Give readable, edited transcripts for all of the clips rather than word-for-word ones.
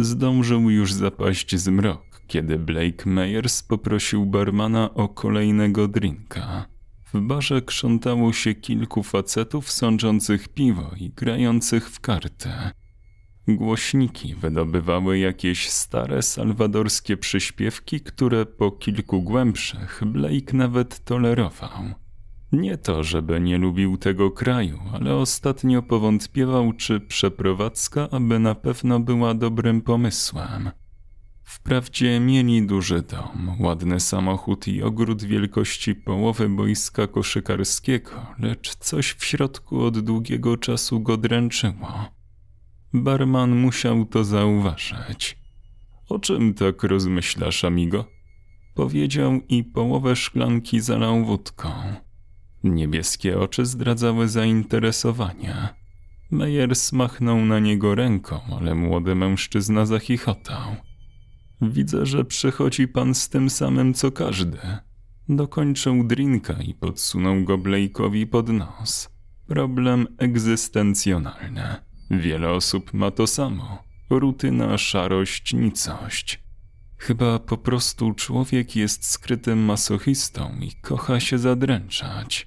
Zdążył już zapaść zmrok, kiedy Blake Myers poprosił barmana o kolejnego drinka. W barze krzątało się kilku facetów sączących piwo i grających w kartę. Głośniki wydobywały jakieś stare salwadorskie przyśpiewki, które po kilku głębszych Blake nawet tolerował. Nie to, żeby nie lubił tego kraju, ale ostatnio powątpiewał, czy przeprowadzka aby na pewno była dobrym pomysłem. Wprawdzie mieli duży dom, ładny samochód i ogród wielkości połowy boiska koszykarskiego, lecz coś w środku od długiego czasu go dręczyło. Barman musiał to zauważyć. O czym tak rozmyślasz, amigo? Powiedział i połowę szklanki zalał wódką. Niebieskie oczy zdradzały zainteresowanie. Myers machnął na niego ręką, ale młody mężczyzna zachichotał. Widzę, że przychodzi pan z tym samym co każdy. Dokończył drinka i podsunął go Blake'owi pod nos. Problem egzystencjonalny. Wiele osób ma to samo. Rutyna, szarość, nicość. Chyba po prostu człowiek jest skrytym masochistą i kocha się zadręczać.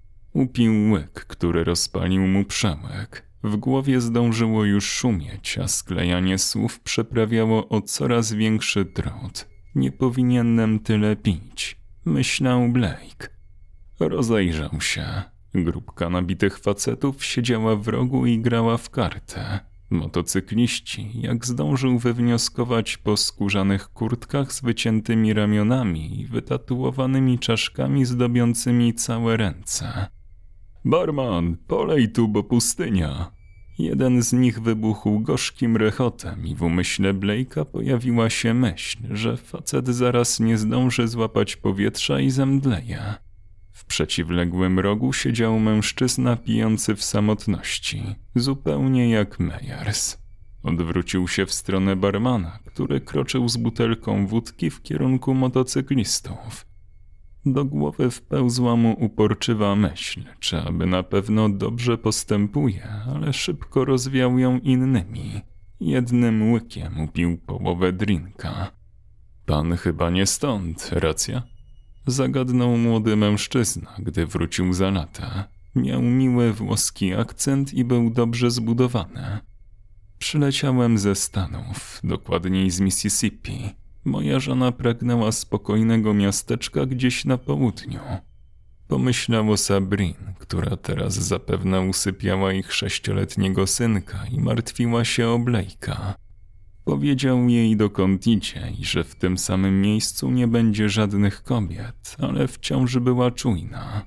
Upił łyk, który rozpalił mu przełyk. W głowie zdążyło już szumieć, a sklejanie słów przeprawiało o coraz większy trud. Nie powinienem tyle pić, myślał Blake. Rozejrzał się. Grupka nabitych facetów siedziała w rogu i grała w kartę. Motocykliści, jak zdążył wywnioskować po skórzanych kurtkach z wyciętymi ramionami i wytatuowanymi czaszkami zdobiącymi całe ręce. Barman, polej tu, bo pustynia. Jeden z nich wybuchł gorzkim rechotem i w umyśle Blake'a pojawiła się myśl, że facet zaraz nie zdąży złapać powietrza i zemdleje. W przeciwległym rogu siedział mężczyzna pijący w samotności, zupełnie jak Myers. Odwrócił się w stronę barmana, który kroczył z butelką wódki w kierunku motocyklistów. Do głowy wpełzła mu uporczywa myśl, czy aby na pewno dobrze postępuje, ale szybko rozwiał ją innymi. Jednym łykiem upił połowę drinka. Pan chyba nie stąd, racja? Zagadnął młody mężczyzna, gdy wrócił za lata. Miał miły włoski akcent i był dobrze zbudowany. Przyleciałem ze Stanów, dokładniej z Mississippi. Moja żona pragnęła spokojnego miasteczka gdzieś na południu. Pomyślał o Sabrin, która teraz zapewne usypiała ich 6-letniego synka i martwiła się o Blake'a. Powiedział jej, dokąd idzie i że w tym samym miejscu nie będzie żadnych kobiet, ale wciąż była czujna.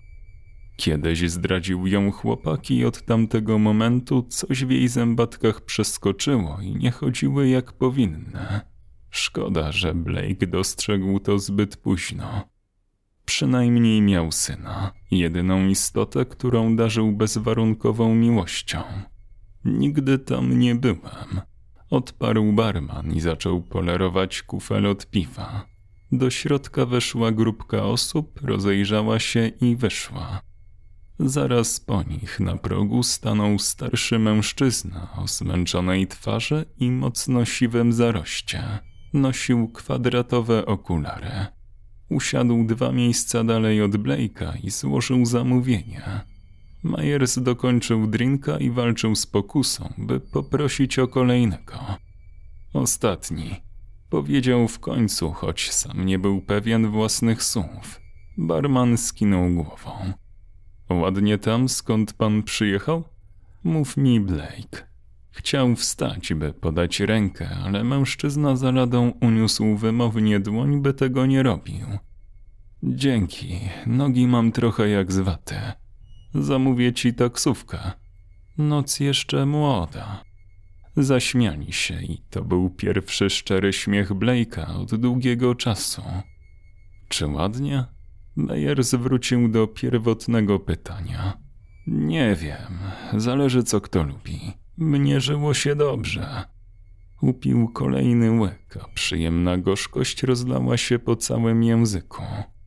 Kiedyś zdradził ją chłopak i od tamtego momentu coś w jej zębatkach przeskoczyło i nie chodziły jak powinny. Szkoda, że Blake dostrzegł to zbyt późno. Przynajmniej miał syna, jedyną istotę, którą darzył bezwarunkową miłością. Nigdy tam nie byłem. Odparł barman i zaczął polerować kufel od piwa. Do środka weszła grupka osób, rozejrzała się i wyszła. Zaraz po nich na progu stanął starszy mężczyzna o zmęczonej twarzy i mocno siwym zaroście. Nosił kwadratowe okulary. Usiadł 2 miejsca dalej od Blake'a i złożył zamówienie. Myers dokończył drinka i walczył z pokusą, by poprosić o kolejnego. Ostatni, powiedział w końcu, choć sam nie był pewien własnych słów. Barman skinął głową. Ładnie tam, skąd pan przyjechał? Mów mi, Blake. Chciał wstać, by podać rękę, ale mężczyzna za ladą uniósł wymownie dłoń, by tego nie robił. Dzięki, nogi mam trochę jak z waty. Zamówię ci taksówkę. Noc jeszcze młoda. Zaśmiali się i to był pierwszy szczery śmiech Blake'a od długiego czasu. Czy ładnie? Myers wrócił do pierwotnego pytania. Nie wiem, zależy co kto lubi. Mnie żyło się dobrze. Upił kolejny łyk, a przyjemna gorzkość rozlała się po całym języku.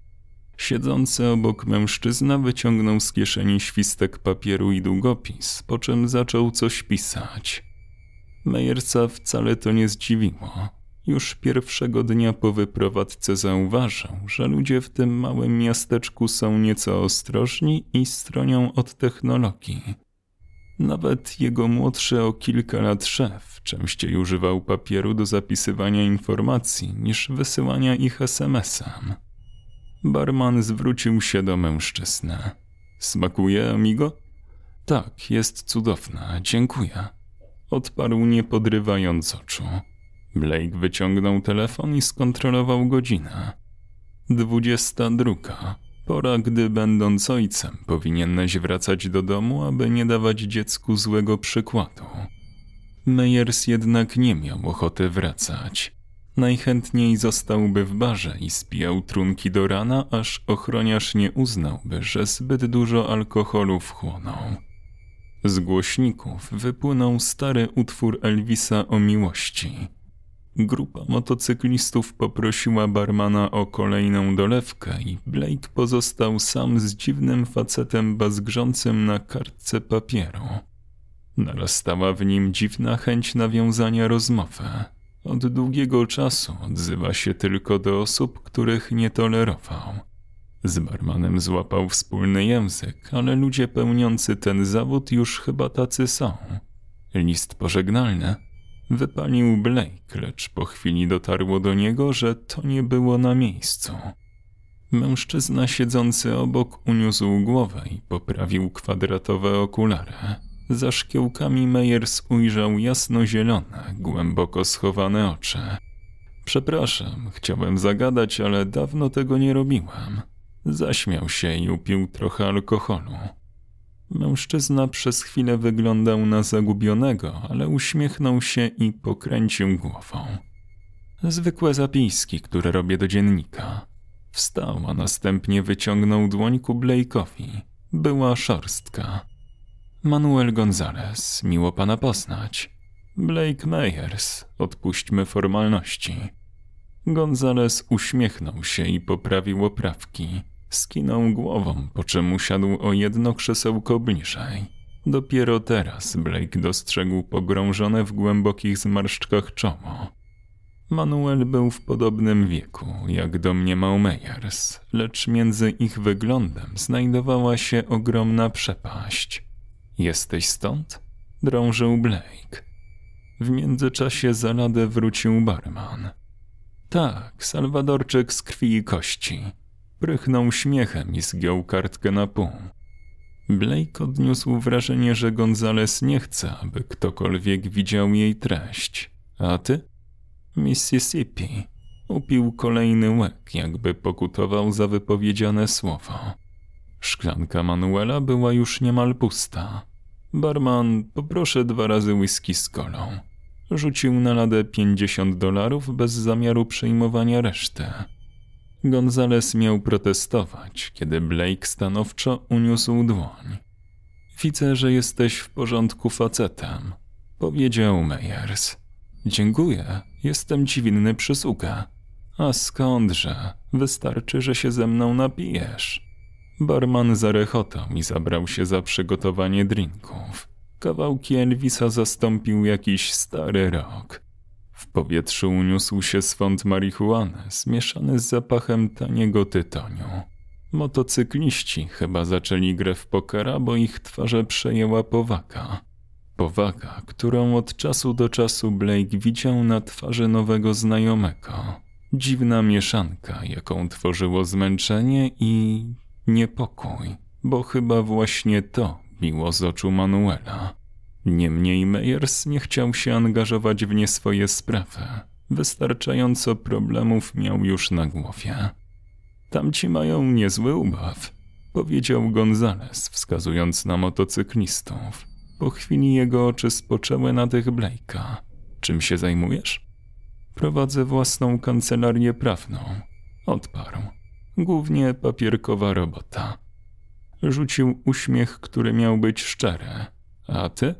Siedzący obok mężczyzna wyciągnął z kieszeni świstek papieru i długopis, po czym zaczął coś pisać. Meyersa wcale to nie zdziwiło. Już pierwszego dnia po wyprowadzce zauważył, że ludzie w tym małym miasteczku są nieco ostrożni i stronią od technologii. Nawet jego młodszy o kilka lat szef częściej używał papieru do zapisywania informacji niż wysyłania ich SMS-em. Barman zwrócił się do mężczyzny. Smakuje, amigo? Tak, jest cudowna, dziękuję. Odparł nie podrywając oczu. Blake wyciągnął telefon i skontrolował godzinę. 22. Pora, gdy będąc ojcem powinieneś wracać do domu, aby nie dawać dziecku złego przykładu. Meyers jednak nie miał ochoty wracać. Najchętniej zostałby w barze i spijał trunki do rana, aż ochroniarz nie uznałby, że zbyt dużo alkoholu wchłonął. Z głośników wypłynął stary utwór Elvisa o miłości. Grupa motocyklistów poprosiła barmana o kolejną dolewkę i Blake pozostał sam z dziwnym facetem bazgrzącym na kartce papieru. Narastała w nim dziwna chęć nawiązania rozmowy. Od długiego czasu odzywa się tylko do osób, których nie tolerował. Z barmanem złapał wspólny język, ale ludzie pełniący ten zawód już chyba tacy są. List pożegnalny wypalił Blake, lecz po chwili dotarło do niego, że to nie było na miejscu. Mężczyzna siedzący obok uniósł głowę i poprawił kwadratowe okulary. Za szkiełkami Meyers ujrzał jasnozielone, głęboko schowane oczy. Przepraszam, chciałem zagadać, ale dawno tego nie robiłem. Zaśmiał się i upił trochę alkoholu. Mężczyzna przez chwilę wyglądał na zagubionego, ale uśmiechnął się i pokręcił głową. Zwykłe zapiski, które robię do dziennika. Wstał, a następnie wyciągnął dłoń ku Blake'owi. Była szorstka. Manuel Gonzalez, miło pana poznać. Blake Meyers, odpuśćmy formalności. Gonzalez uśmiechnął się i poprawił oprawki. Skinął głową, po czym usiadł o jedno krzesełko bliżej. Dopiero teraz Blake dostrzegł pogrążone w głębokich zmarszczkach czoło. Manuel był w podobnym wieku, jak domniemał Meyers, lecz między ich wyglądem znajdowała się ogromna przepaść. Jesteś stąd? Drążył Blake. W międzyczasie za ladę wrócił barman. Tak, Salwadorczyk z krwi i kości. Prychnął śmiechem i zgiął kartkę na pół. Blake odniósł wrażenie, że Gonzales nie chce, aby ktokolwiek widział jej treść. A ty? Mississippi. Upił kolejny łyk, jakby pokutował za wypowiedziane słowo. Szklanka Manuela była już niemal pusta. Barman, poproszę 2 razy whisky z kolą. Rzucił na ladę $50 bez zamiaru przyjmowania reszty. Gonzales miał protestować, kiedy Blake stanowczo uniósł dłoń. Widzę, że jesteś w porządku facetem, powiedział Meyers. Dziękuję, jestem ci winny przysługę. A skądże, wystarczy, że się ze mną napijesz. Barman zarechotał i zabrał się za przygotowanie drinków. Kawałki Elvisa zastąpił jakiś stary rock. W powietrzu uniósł się swąd marihuany, zmieszany z zapachem taniego tytoniu. Motocykliści chyba zaczęli grę w pokera, bo ich twarze przejęła powaga. Powaga, którą od czasu do czasu Blake widział na twarzy nowego znajomego. Dziwna mieszanka, jaką tworzyło zmęczenie i niepokój, bo chyba właśnie to biło z oczu Manuela. Niemniej Meyers nie chciał się angażować w nie swoje sprawy. Wystarczająco problemów miał już na głowie. Tamci mają niezły ubaw, powiedział Gonzales, wskazując na motocyklistów. Po chwili jego oczy spoczęły na tych Blake'a. Czym się zajmujesz? Prowadzę własną kancelarię prawną. Odparł. Głównie papierkowa robota. Rzucił uśmiech, który miał być szczery. A ty?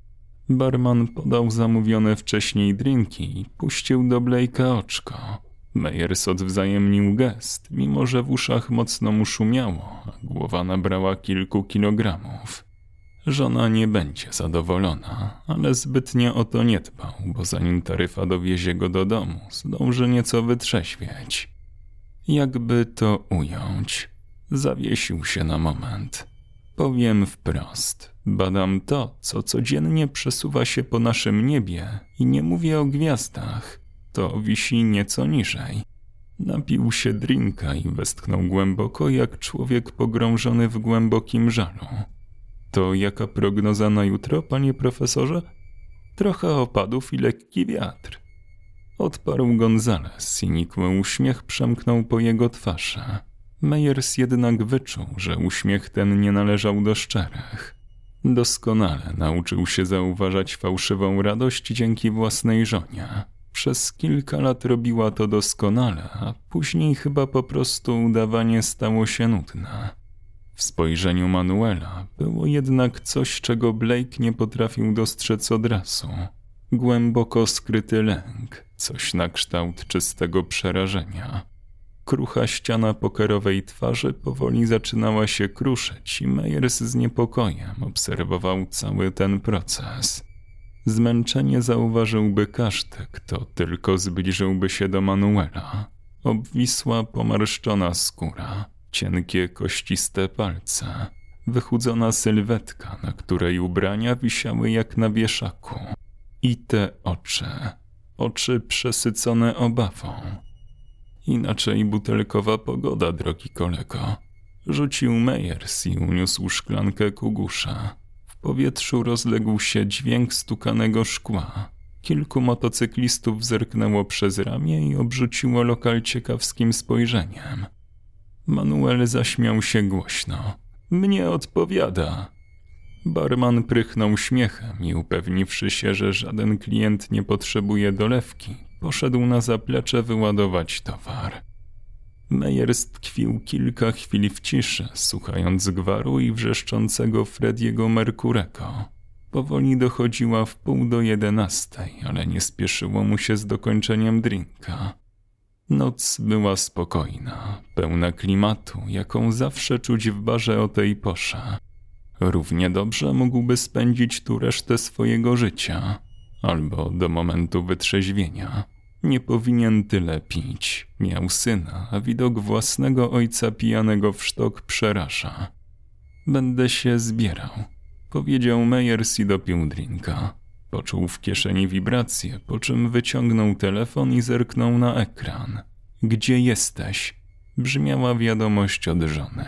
Barman podał zamówione wcześniej drinki i puścił do Blake'a oczko. Meyers odwzajemnił gest, mimo że w uszach mocno mu szumiało, a głowa nabrała kilku kilogramów. Żona nie będzie zadowolona, ale zbytnio o to nie dbał, bo zanim taryfa dowiezie go do domu, zdąży nieco wytrzeźwieć. Jakby to ująć? Zawiesił się na moment. Powiem wprost, badam to, co codziennie przesuwa się po naszym niebie i nie mówię o gwiazdach. To wisi nieco niżej. Napił się drinka i westchnął głęboko, jak człowiek pogrążony w głębokim żalu. To jaka prognoza na jutro, panie profesorze? Trochę opadów i lekki wiatr. Odparł Gonzales i nikły uśmiech przemknął po jego twarzy. Meyers jednak wyczuł, że uśmiech ten nie należał do szczerych. Doskonale nauczył się zauważać fałszywą radość dzięki własnej żonie. Przez kilka lat robiła to doskonale, a później chyba po prostu udawanie stało się nudne. W spojrzeniu Manuela było jednak coś, czego Blake nie potrafił dostrzec od razu. Głęboko skryty lęk, coś na kształt czystego przerażenia. Krucha ściana pokerowej twarzy powoli zaczynała się kruszyć i Meyers z niepokojem obserwował cały ten proces. Zmęczenie zauważyłby każdy, kto tylko zbliżyłby się do Manuela. Obwisła, pomarszczona skóra, cienkie, kościste palce, wychudzona sylwetka, na której ubrania wisiały jak na wieszaku. I te oczy przesycone obawą. Inaczej butelkowa pogoda, drogi kolego. Rzucił Meyers i uniósł szklankę ku górze. W powietrzu rozległ się dźwięk stukanego szkła. Kilku motocyklistów zerknęło przez ramię i obrzuciło lokal ciekawskim spojrzeniem. Manuel zaśmiał się głośno. Mnie odpowiada. Barman prychnął śmiechem i upewniwszy się, że żaden klient nie potrzebuje dolewki, poszedł na zaplecze wyładować towar. Meyers tkwił kilka chwil w ciszy, słuchając gwaru i wrzeszczącego Frediego Merkurego. Powoli dochodziła 10:30, ale nie spieszyło mu się z dokończeniem drinka. Noc była spokojna, pełna klimatu, jaką zawsze czuć w barze o tej porze. Równie dobrze mógłby spędzić tu resztę swojego życia, albo do momentu wytrzeźwienia. Nie powinien tyle pić. Miał syna, a widok własnego ojca pijanego w sztok przeraża. Będę się zbierał, powiedział Meyers i dopił drinka. Poczuł w kieszeni wibrację, po czym wyciągnął telefon i zerknął na ekran. Gdzie jesteś? Brzmiała wiadomość od żony.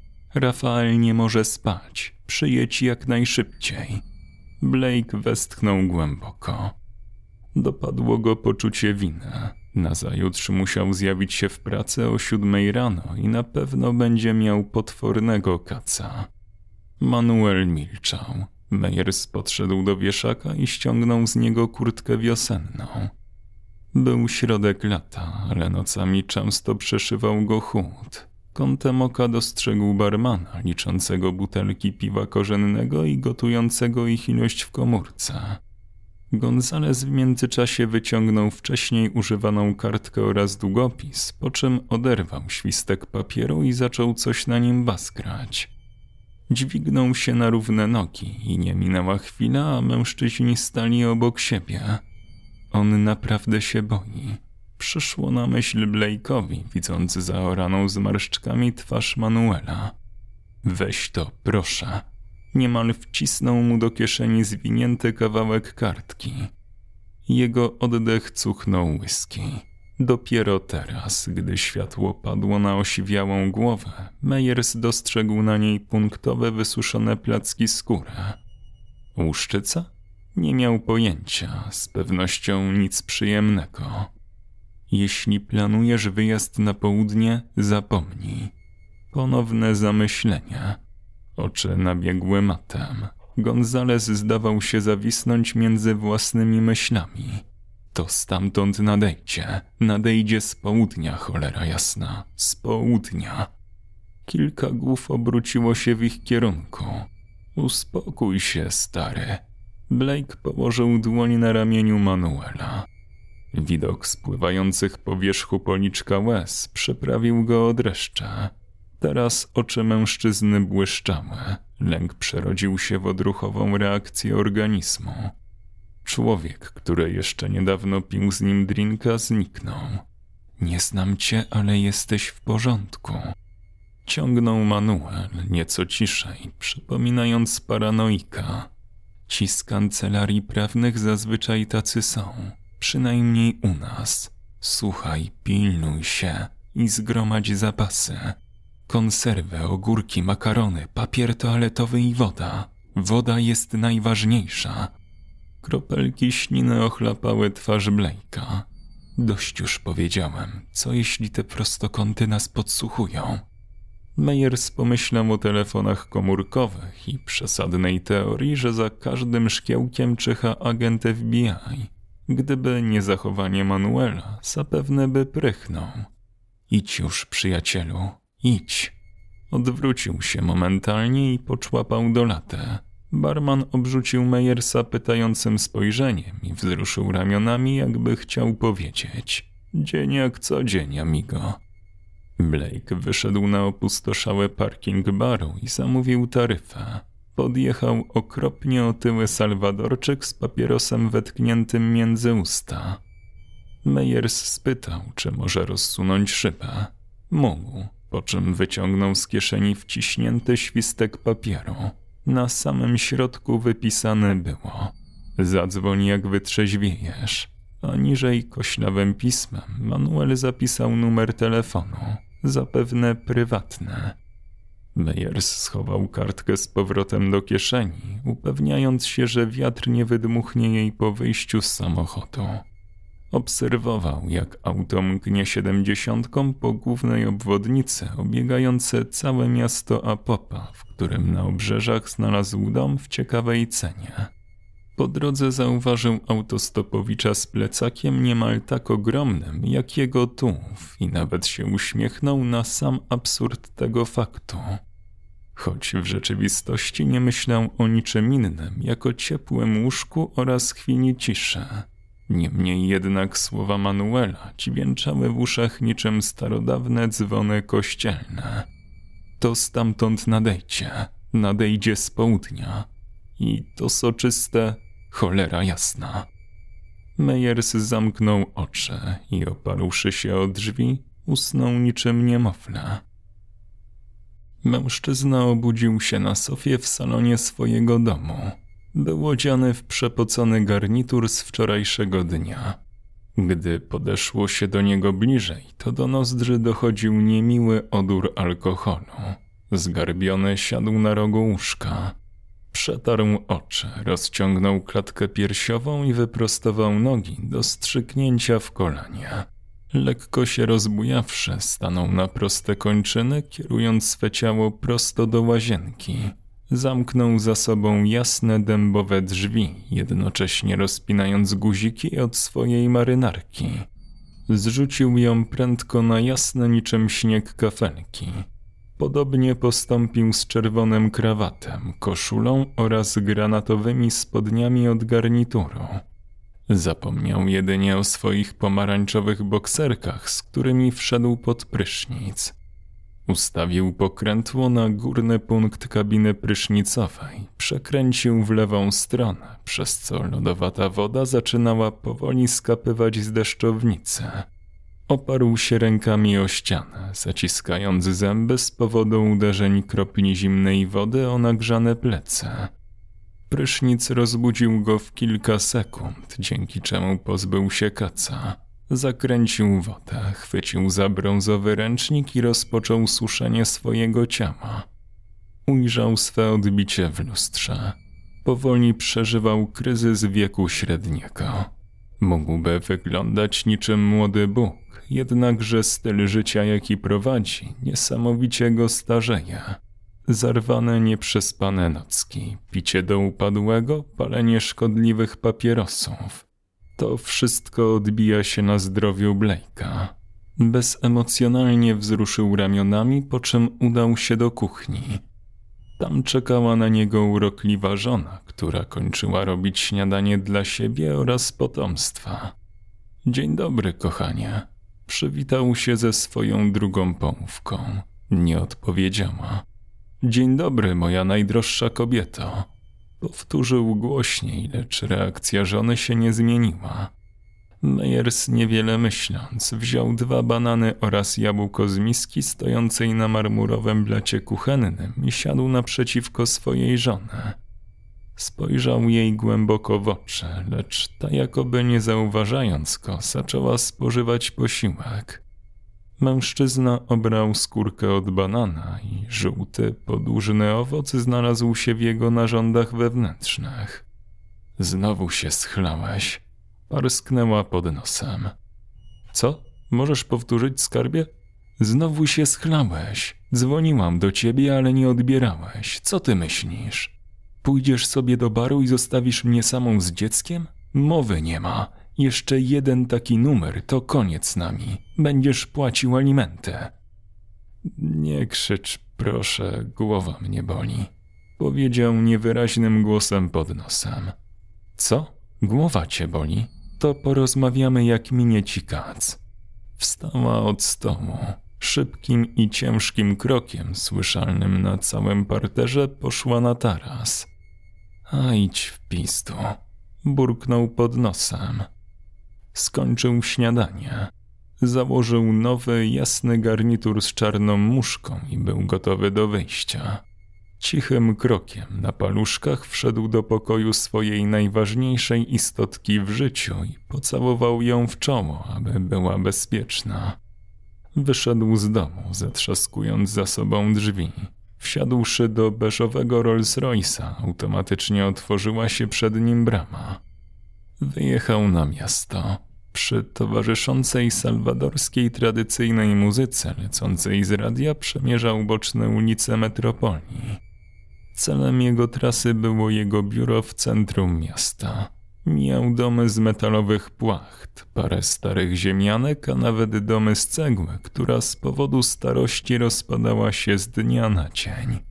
Rafael nie może spać. Przyjedź jak najszybciej. Blake westchnął głęboko. Dopadło go poczucie winy. Nazajutrz musiał zjawić się w pracy o 7 rano i na pewno będzie miał potwornego kaca. Manuel milczał. Meyers podszedł do wieszaka i ściągnął z niego kurtkę wiosenną. Był środek lata, ale nocami często przeszywał go chłód. Kątem oka dostrzegł barmana liczącego butelki piwa korzennego i gotującego ich ilość w komórce. Gonzales w międzyczasie wyciągnął wcześniej używaną kartkę oraz długopis, po czym oderwał świstek papieru i zaczął coś na nim baskrać. Dźwignął się na równe nogi i nie minęła chwila, a mężczyźni stali obok siebie. On naprawdę się boi. Przyszło na myśl Blake'owi, widząc zaoraną zmarszczkami twarz Manuela. Weź to, proszę. Niemal wcisnął mu do kieszeni zwinięty kawałek kartki. Jego oddech cuchnął whisky. Dopiero teraz, gdy światło padło na osiwiałą głowę, Meyers dostrzegł na niej punktowe wysuszone placki skóry. Łuszczyca? Nie miał pojęcia, z pewnością nic przyjemnego. Jeśli planujesz wyjazd na południe, zapomnij. Ponowne zamyślenie. Oczy nabiegły matem. Gonzales zdawał się zawisnąć między własnymi myślami. To stamtąd nadejdzie z południa, cholera jasna, z południa. Kilka głów obróciło się w ich kierunku. Uspokój się, stary. Blake położył dłoń na ramieniu Manuela. Widok spływających po wierzchu policzka łez przyprawił go o dreszcze. Teraz oczy mężczyzny błyszczały, Lęk przerodził się w odruchową reakcję organizmu. Człowiek, który jeszcze niedawno pił z nim drinka, zniknął. Nie znam cię, ale jesteś w porządku. Ciągnął Manuel nieco ciszej, przypominając paranoika. Ci z kancelarii prawnych zazwyczaj tacy są, przynajmniej u nas. Słuchaj, pilnuj się i zgromadź zapasy. Konserwy, ogórki, makarony, papier toaletowy i woda. Woda jest najważniejsza. Kropelki śliny ochlapały twarz Blake'a. Dość już powiedziałem, co jeśli te prostokąty nas podsłuchują? Meyers pomyślał o telefonach komórkowych i przesadnej teorii, że za każdym szkiełkiem czyha agent FBI. Gdyby nie zachowanie Manuela, zapewne by prychnął. Idź już, przyjacielu, idź. Odwrócił się momentalnie i poczłapał do latę. Barman obrzucił Meyersa pytającym spojrzeniem i wzruszył ramionami, jakby chciał powiedzieć: dzień jak co dzień, amigo. Blake wyszedł na opustoszały parking baru i zamówił taryfę. Podjechał okropnie otyły Salwadorczyk z papierosem wetkniętym między usta. Meyers spytał, czy może rozsunąć szybę. Mógł, po czym wyciągnął z kieszeni wciśnięty świstek papieru. Na samym środku wypisane było: zadzwoń, jak wytrzeźwiejesz. A niżej koślawym pismem Manuel zapisał numer telefonu, zapewne prywatny. Meyers schował kartkę z powrotem do kieszeni, upewniając się, że wiatr nie wydmuchnie jej po wyjściu z samochodu. Obserwował, jak auto mknie 70 po głównej obwodnicy obiegające całe miasto Apopa, w którym na obrzeżach znalazł dom w ciekawej cenie. Po drodze zauważył autostopowicza z plecakiem niemal tak ogromnym jak jego tułów i nawet się uśmiechnął na sam absurd tego faktu. Choć w rzeczywistości nie myślał o niczym innym, jak o ciepłym łóżku oraz chwili ciszy. Niemniej jednak słowa Manuela dźwięczały w uszach niczym starodawne dzwony kościelne. To stamtąd nadejdzie z południa. I to soczyste, cholera jasna. Meyers zamknął oczy i oparłszy się o drzwi, usnął niczym niemowlę. Mężczyzna obudził się na sofie w salonie swojego domu. Był odziany w przepocony garnitur z wczorajszego dnia. Gdy podeszło się do niego bliżej, to do nozdrzy dochodził niemiły odór alkoholu. Zgarbiony siadł na rogu łóżka. Przetarł oczy, rozciągnął klatkę piersiową i wyprostował nogi do strzyknięcia w kolanie. Lekko się rozbujawszy, stanął na proste kończyny, kierując swe ciało prosto do łazienki. Zamknął za sobą jasne dębowe drzwi, jednocześnie rozpinając guziki od swojej marynarki. Zrzucił ją prędko na jasne niczym śnieg kafelki. Podobnie postąpił z czerwonym krawatem, koszulą oraz granatowymi spodniami od garnituru. Zapomniał jedynie o swoich pomarańczowych bokserkach, z którymi wszedł pod prysznic. Ustawił pokrętło na górny punkt kabiny prysznicowej, przekręcił w lewą stronę, przez co lodowata woda zaczynała powoli skapywać z deszczownicy. Oparł się rękami o ścianę, zaciskając zęby z powodu uderzeń kropli zimnej wody o nagrzane plecy. Prysznic rozbudził go w kilka sekund, dzięki czemu pozbył się kaca. Zakręcił wodę, chwycił za brązowy ręcznik i rozpoczął suszenie swojego ciała. Ujrzał swe odbicie w lustrze. Powoli przeżywał kryzys wieku średniego. Mógłby wyglądać niczym młody Bóg, jednakże styl życia, jaki prowadzi, niesamowicie go starzeje. Zarwane, nieprzespane nocki, picie do upadłego, palenie szkodliwych papierosów. To wszystko odbija się na zdrowiu Blake'a. Bezemocjonalnie wzruszył ramionami, po czym udał się do kuchni. Tam czekała na niego urokliwa żona, która kończyła robić śniadanie dla siebie oraz potomstwa. Dzień dobry, kochanie. Przywitał się ze swoją drugą połówką. Nie odpowiedziała. Dzień dobry, moja najdroższa kobieto. Powtórzył głośniej, lecz reakcja żony się nie zmieniła. Meyers, niewiele myśląc, wziął 2 banany oraz jabłko z miski stojącej na marmurowym blacie kuchennym i siadł naprzeciwko swojej żony. Spojrzał jej głęboko w oczy, lecz ta jakoby nie zauważając go, zaczęła spożywać posiłek. Mężczyzna obrał skórkę od banana i żółty, podłużny owoc znalazł się w jego narządach wewnętrznych. Znowu się schlałeś. Parsknęła pod nosem. Co? Możesz powtórzyć, skarbie? Znowu się schlałeś. Dzwoniłam do ciebie, ale nie odbierałeś. Co ty myślisz? Pójdziesz sobie do baru i zostawisz mnie samą z dzieckiem? Mowy nie ma. Jeszcze jeden taki numer, to koniec z nami. Będziesz płacił alimenty. Nie krzycz, proszę, głowa mnie boli. Powiedział niewyraźnym głosem pod nosem. Co? Głowa cię boli? To porozmawiamy, jak minie ci kac. Wstała od stołu. Szybkim i ciężkim krokiem, słyszalnym na całym parterze, poszła na taras. A idź w pistu. Burknął pod nosem. Skończył śniadanie. Założył nowy, jasny garnitur z czarną muszką i był gotowy do wyjścia. Cichym krokiem na paluszkach wszedł do pokoju swojej najważniejszej istotki w życiu i pocałował ją w czoło, aby była bezpieczna. Wyszedł z domu, zatrzaskując za sobą drzwi. Wsiadłszy do beżowego Rolls-Royce'a, automatycznie otworzyła się przed nim brama. Wyjechał na miasto. Przy towarzyszącej salwadorskiej tradycyjnej muzyce lecącej z radia przemierzał boczne ulice metropolii. Celem jego trasy było jego biuro w centrum miasta. Mijał domy z metalowych płacht, parę starych ziemianek, a nawet domy z cegły, która z powodu starości rozpadała się z dnia na dzień.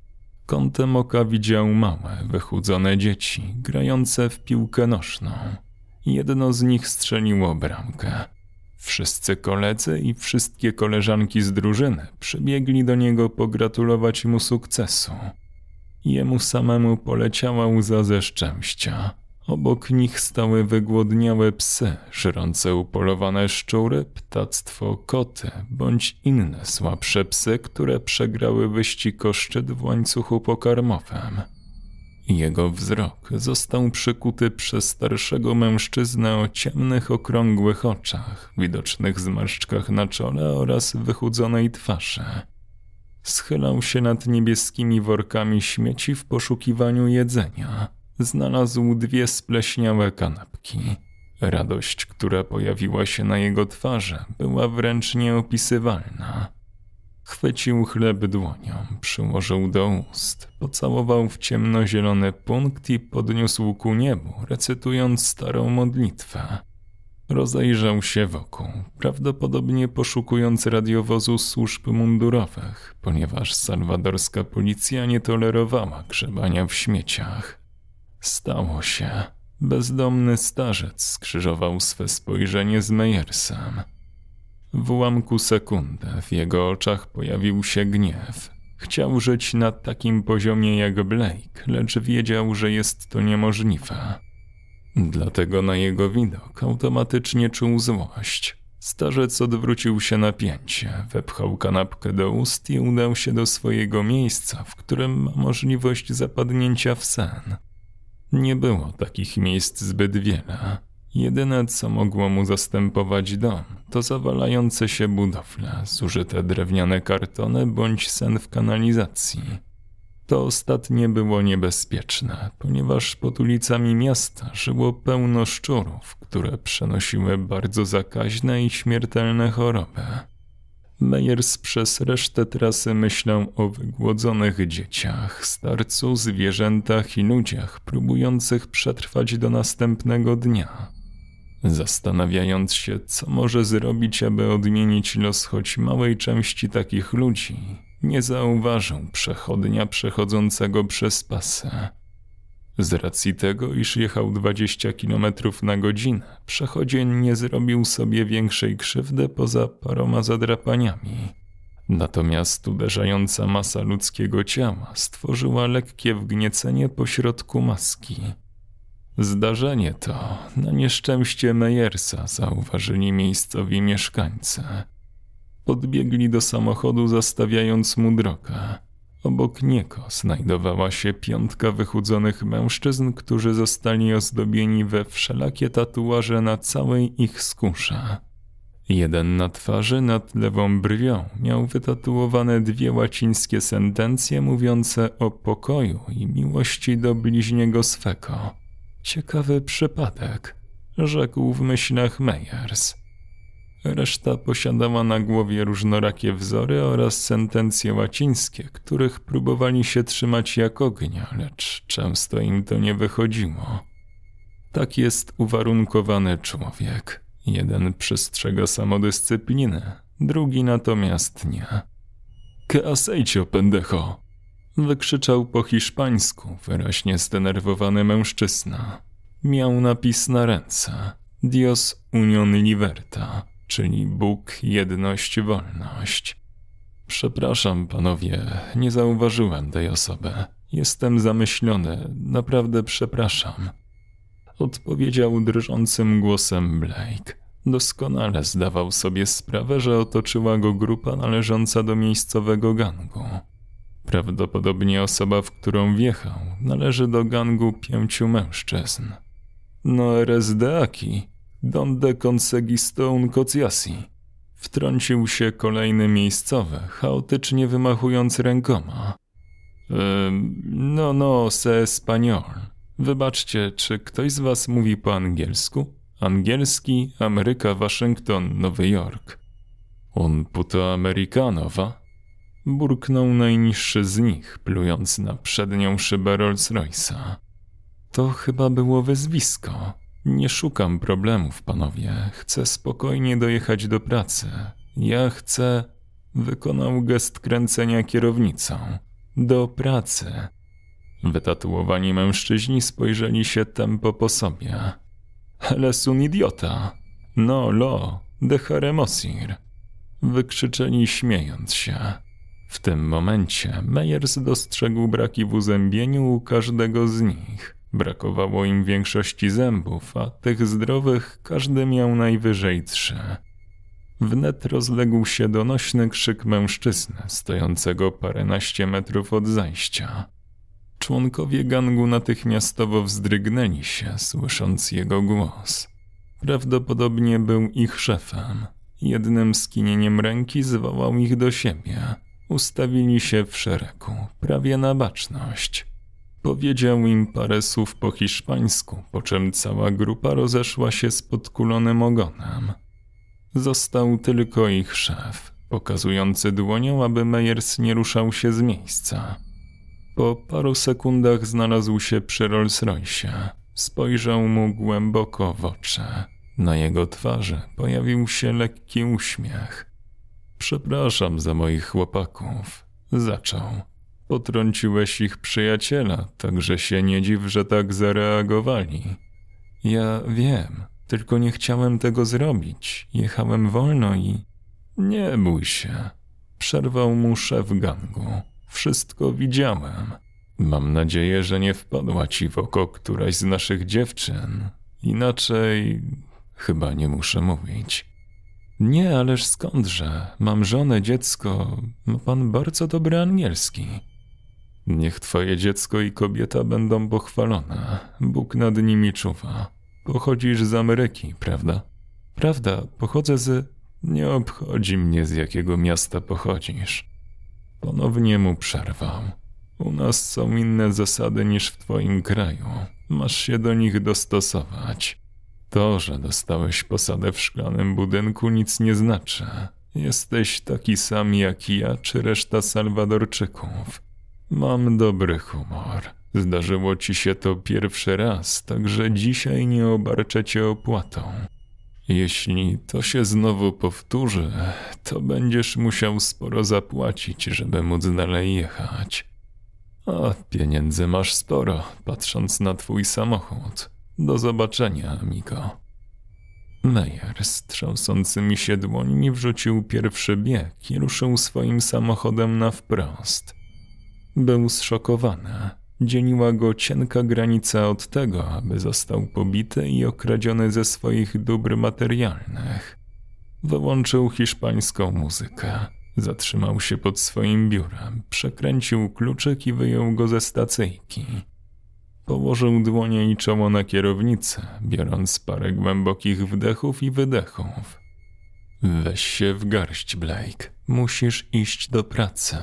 Kątem oka widział małe, wychudzone dzieci, grające w piłkę nożną. Jedno z nich strzeliło bramkę. Wszyscy koledzy i wszystkie koleżanki z drużyny przybiegli do niego pogratulować mu sukcesu. Jemu samemu poleciała łza ze szczęścia. Obok nich stały wygłodniałe psy, żrące upolowane szczury, ptactwo, koty bądź inne słabsze psy, które przegrały wyścig o szczyt w łańcuchu pokarmowym. Jego wzrok został przykuty przez starszego mężczyznę o ciemnych, okrągłych oczach, widocznych zmarszczkach na czole oraz wychudzonej twarzy. Schylał się nad niebieskimi workami śmieci w poszukiwaniu jedzenia. Znalazł 2 spleśniałe kanapki. Radość, która pojawiła się na jego twarzy, była wręcz nieopisywalna. Chwycił chleb dłonią, przyłożył do ust, pocałował w ciemnozielony punkt i podniósł ku niebu, recytując starą modlitwę. Rozejrzał się wokół, prawdopodobnie poszukując radiowozu służb mundurowych, ponieważ salwadorska policja nie tolerowała grzebania w śmieciach. Stało się. Bezdomny starzec skrzyżował swe spojrzenie z Meyersem. W ułamku sekundy w jego oczach pojawił się gniew. Chciał żyć na takim poziomie jak Blake, lecz wiedział, że jest to niemożliwe. Dlatego na jego widok automatycznie czuł złość. Starzec odwrócił się na pięcie, wepchał kanapkę do ust i udał się do swojego miejsca, w którym ma możliwość zapadnięcia w sen. Nie było takich miejsc zbyt wiele. Jedyne, co mogło mu zastępować dom, to zawalające się budowle, zużyte drewniane kartony bądź sen w kanalizacji. To ostatnie było niebezpieczne, ponieważ pod ulicami miasta żyło pełno szczurów, które przenosiły bardzo zakaźne i śmiertelne choroby. Meyers przez resztę trasy myślał o wygłodzonych dzieciach, starcu, zwierzętach i ludziach próbujących przetrwać do następnego dnia. Zastanawiając się, co może zrobić, aby odmienić los choć małej części takich ludzi, nie zauważył przechodnia przechodzącego przez pasy. Z racji tego, iż jechał 20 km na godzinę, przechodzień nie zrobił sobie większej krzywdy poza paroma zadrapaniami. Natomiast uderzająca masa ludzkiego ciała stworzyła lekkie wgniecenie pośrodku maski. Zdarzenie to, na nieszczęście Meyersa, zauważyli miejscowi mieszkańcy. Podbiegli do samochodu, zastawiając mu drogę. Obok niego znajdowała się 5 wychudzonych mężczyzn, którzy zostali ozdobieni we wszelakie tatuaże na całej ich skórze. Jeden na twarzy nad lewą brwią miał wytatuowane 2 łacińskie sentencje mówiące o pokoju i miłości do bliźniego swego. Ciekawy przypadek, rzekł w myślach Meyers. Reszta posiadała na głowie różnorakie wzory oraz sentencje łacińskie, których próbowali się trzymać jak ognia, lecz często im to nie wychodziło. Tak jest uwarunkowany człowiek. Jeden przestrzega samodyscypliny, drugi natomiast nie. «Que has hecho, pendejo?» wykrzyczał po hiszpańsku wyraźnie zdenerwowany mężczyzna. Miał napis na ręce Dios unión libertad, czyli Bóg, jedność, wolność. Przepraszam, panowie, nie zauważyłem tej osoby. Jestem zamyślony, naprawdę przepraszam. Odpowiedział drżącym głosem Blake. Doskonale zdawał sobie sprawę, że otoczyła go grupa należąca do miejscowego gangu. Prawdopodobnie osoba, w którą wjechał, należy do gangu 5 mężczyzn. No eres de aquí, donde conseguiste un cociasi? Wtrącił się kolejny miejscowy, chaotycznie wymachując rękoma. No, sé español. Wybaczcie, czy ktoś z was mówi po angielsku? Angielski, Ameryka, Waszyngton, Nowy Jork. Un puto americanowa? Burknął najniższy z nich, plując na przednią szybę Rolls-Royce'a. To chyba było wyzwisko. Nie szukam problemów, panowie. Chcę spokojnie dojechać do pracy. Ja chcę... Wykonał gest kręcenia kierownicą. Do pracy. Wytatuowani mężczyźni spojrzeli się tempo po sobie. «Eres un idiota! No lo, dejaremos ir!» wykrzyczeli śmiejąc się. W tym momencie Meyers dostrzegł braki w uzębieniu u każdego z nich. Brakowało im większości zębów, a tych zdrowych każdy miał najwyżej 3. Wnet rozległ się donośny krzyk mężczyzny, stojącego paręnaście metrów od zajścia. Członkowie gangu natychmiastowo wzdrygnęli się, słysząc jego głos. Prawdopodobnie był ich szefem. Jednym skinieniem ręki zwołał ich do siebie. Ustawili się w szeregu, prawie na baczność. Powiedział im parę słów po hiszpańsku, po czym cała grupa rozeszła się z podkulonym ogonem. Został tylko ich szef, pokazujący dłonią, aby Meyers nie ruszał się z miejsca. Po paru sekundach znalazł się przy Rolls-Royce'ie. Spojrzał mu głęboko w oczy. Na jego twarzy pojawił się lekki uśmiech. Przepraszam za moich chłopaków. Zaczął. Potrąciłeś ich przyjaciela, także się nie dziw, że tak zareagowali. Ja wiem, tylko nie chciałem tego zrobić. Jechałem wolno i... Nie bój się. Przerwał mu szef gangu. Wszystko widziałem. Mam nadzieję, że nie wpadła ci w oko któraś z naszych dziewczyn. Inaczej... chyba nie muszę mówić. Nie, ależ skądże? Mam żonę, dziecko. Ma pan bardzo dobry angielski. Niech twoje dziecko i kobieta będą pochwalone. Bóg nad nimi czuwa. Pochodzisz z Ameryki, prawda? Prawda, pochodzę z... Nie obchodzi mnie, z jakiego miasta pochodzisz. Ponownie mu przerwał. U nas są inne zasady niż w twoim kraju. Masz się do nich dostosować. To, że dostałeś posadę w szklanym budynku, nic nie znaczy. Jesteś taki sam jak ja czy reszta Salwadorczyków. Mam dobry humor. Zdarzyło ci się to pierwszy raz, także dzisiaj nie obarczę cię opłatą. Jeśli to się znowu powtórzy, to będziesz musiał sporo zapłacić, żeby móc dalej jechać. A pieniędzy masz sporo, patrząc na twój samochód. Do zobaczenia, amigo. Meyers trzęsącymi się dłońmi wrzucił pierwszy bieg i ruszył swoim samochodem na wprost. Był zszokowany. Dzieliła go cienka granica od tego, aby został pobity i okradziony ze swoich dóbr materialnych. Wyłączył hiszpańską muzykę. Zatrzymał się pod swoim biurem, przekręcił kluczyk i wyjął go ze stacyjki. Położył dłonie i czoło na kierownicę, biorąc parę głębokich wdechów i wydechów. Weź się w garść, Blake. Musisz iść do pracy.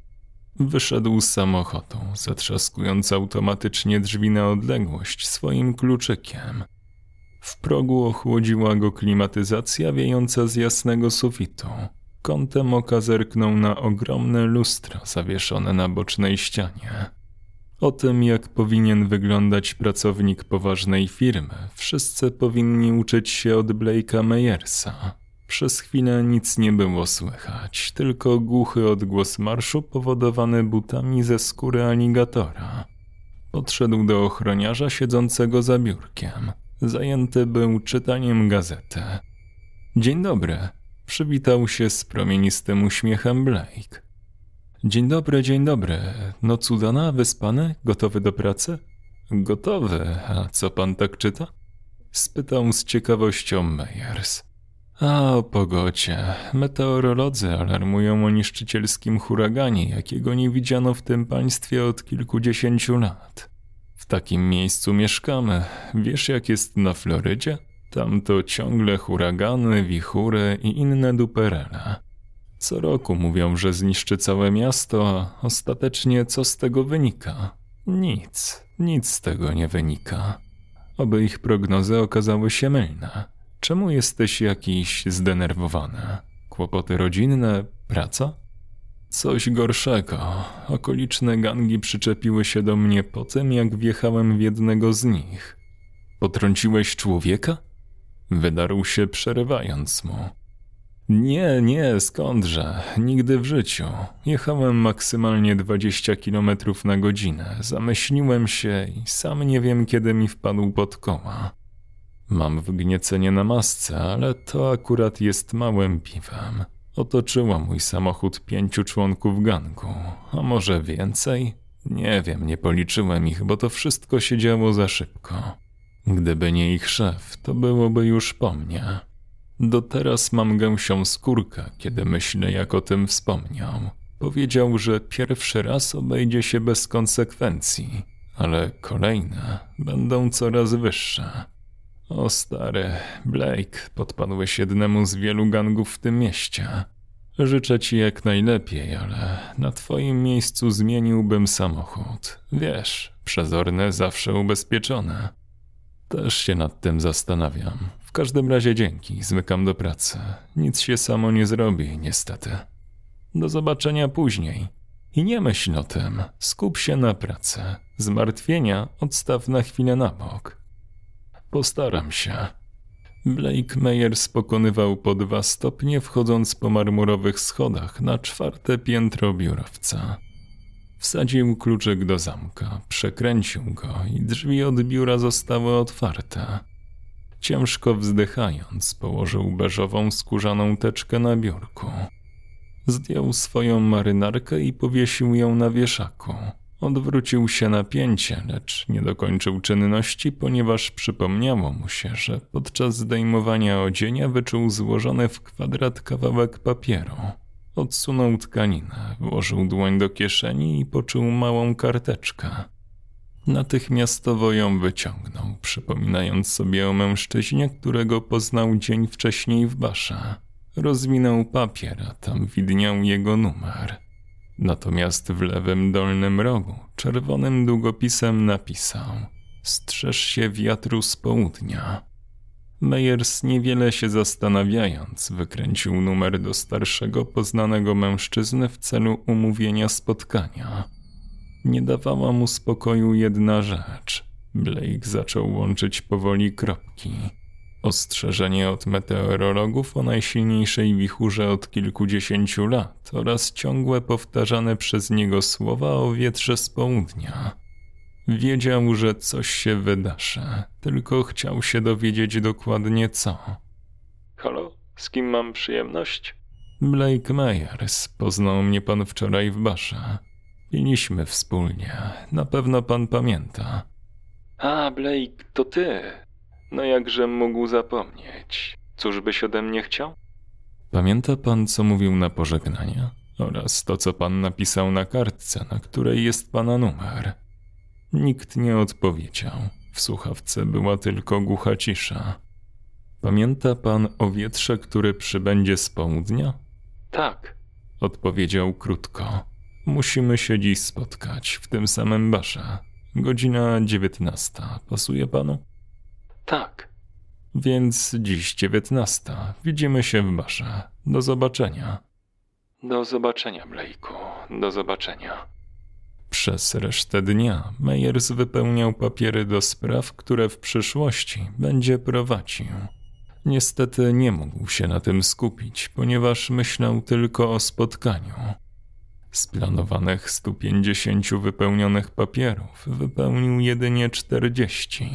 Wyszedł z samochodu, zatrzaskując automatycznie drzwi na odległość swoim kluczykiem. W progu ochłodziła go klimatyzacja wiejąca z jasnego sufitu. Kątem oka zerknął na ogromne lustro zawieszone na bocznej ścianie. O tym, jak powinien wyglądać pracownik poważnej firmy, wszyscy powinni uczyć się od Blake'a Meyersa. Przez chwilę nic nie było słychać, tylko głuchy odgłos marszu powodowany butami ze skóry aligatora. Podszedł do ochroniarza siedzącego za biurkiem. Zajęty był czytaniem gazety. Dzień dobry, przywitał się z promienistym uśmiechem Blake. Dzień dobry. Noc udana, wyspany, gotowy do pracy? Gotowy, a co pan tak czyta? Spytał z ciekawością Meyers. A o pogodzie. Meteorolodzy alarmują o niszczycielskim huraganie, jakiego nie widziano w tym państwie od kilkudziesięciu lat. W takim miejscu mieszkamy. Wiesz, jak jest na Florydzie? Tam to ciągle huragany, wichury i inne duperele. Co roku mówią, że zniszczy całe miasto, a ostatecznie co z tego wynika? Nic z tego nie wynika. Oby ich prognozy okazały się mylne. Czemu jesteś jakiś zdenerwowany? Kłopoty rodzinne? Praca? Coś gorszego. Okoliczne gangi przyczepiły się do mnie po tym, jak wjechałem w jednego z nich. Potrąciłeś człowieka? Wydarł się, przerywając mu. Nie, skądże, nigdy w życiu. Jechałem maksymalnie 20 km na godzinę, zamyśliłem się i sam nie wiem, kiedy mi wpadł pod koła. Mam wgniecenie na masce, ale to akurat jest małym piwem. Otoczyło mój samochód 5 członków gangu, a może więcej? Nie wiem, nie policzyłem ich, bo to wszystko się działo za szybko. Gdyby nie ich szef, to byłoby już po mnie. Do teraz mam gęsią skórkę, kiedy myślę, jak o tym wspomniał. Powiedział, że pierwszy raz obejdzie się bez konsekwencji, ale kolejne będą coraz wyższe. O stary, Blake, podpadłeś jednemu z wielu gangów w tym mieście. Życzę ci jak najlepiej, ale na twoim miejscu zmieniłbym samochód. Wiesz, przezorne zawsze ubezpieczone. Też się nad tym zastanawiam. W każdym razie dzięki, zmykam do pracy. Nic się samo nie zrobi, niestety. Do zobaczenia później. I nie myśl o tym, skup się na pracy. Zmartwienia odstaw na chwilę na bok. Postaram się. Blake Meyers pokonywał po 2 stopnie, wchodząc po marmurowych schodach na 4. piętro biurowca. Wsadził kluczyk do zamka, przekręcił go i drzwi od biura zostały otwarte. Ciężko wzdychając, położył beżową skórzaną teczkę na biurku. Zdjął swoją marynarkę i powiesił ją na wieszaku. Odwrócił się na pięcie, lecz nie dokończył czynności, ponieważ przypomniało mu się, że podczas zdejmowania odzienia wyczuł złożony w kwadrat kawałek papieru. Odsunął tkaninę, włożył dłoń do kieszeni i poczuł małą karteczkę. Natychmiastowo ją wyciągnął, przypominając sobie o mężczyźnie, którego poznał dzień wcześniej w barze. Rozwinął papier, a tam widniał jego numer. Natomiast w lewym dolnym rogu czerwonym długopisem napisał: strzeż się wiatru z południa. Meyers, niewiele się zastanawiając, wykręcił numer do starszego poznanego mężczyzny w celu umówienia spotkania. Nie dawała mu spokoju jedna rzecz. Blake zaczął łączyć powoli kropki. Ostrzeżenie od meteorologów o najsilniejszej wichurze od kilkudziesięciu lat oraz ciągłe powtarzane przez niego słowa o wietrze z południa. Wiedział, że coś się wydarzy, tylko chciał się dowiedzieć dokładnie co. Halo? Z kim mam przyjemność? Blake Myers. Poznał mnie pan wczoraj w barze. Piliśmy wspólnie. Na pewno pan pamięta. A, Blake, to ty. No jakżem mógł zapomnieć. Cóż byś ode mnie chciał? Pamięta pan, co mówił na pożegnanie? Oraz to, co pan napisał na kartce, na której jest pana numer. Nikt nie odpowiedział. W słuchawce była tylko głucha cisza. Pamięta pan o wietrze, który przybędzie z południa? Tak, odpowiedział krótko. Musimy się dziś spotkać w tym samym barze. Godzina 19. Pasuje panu? Tak. Więc dziś 19. Widzimy się w barze. Do zobaczenia. Do zobaczenia, Blake'u. Do zobaczenia. Przez resztę dnia Myers wypełniał papiery do spraw, które w przyszłości będzie prowadził. Niestety nie mógł się na tym skupić, ponieważ myślał tylko o spotkaniu. Z planowanych 150 wypełnionych papierów wypełnił jedynie 40.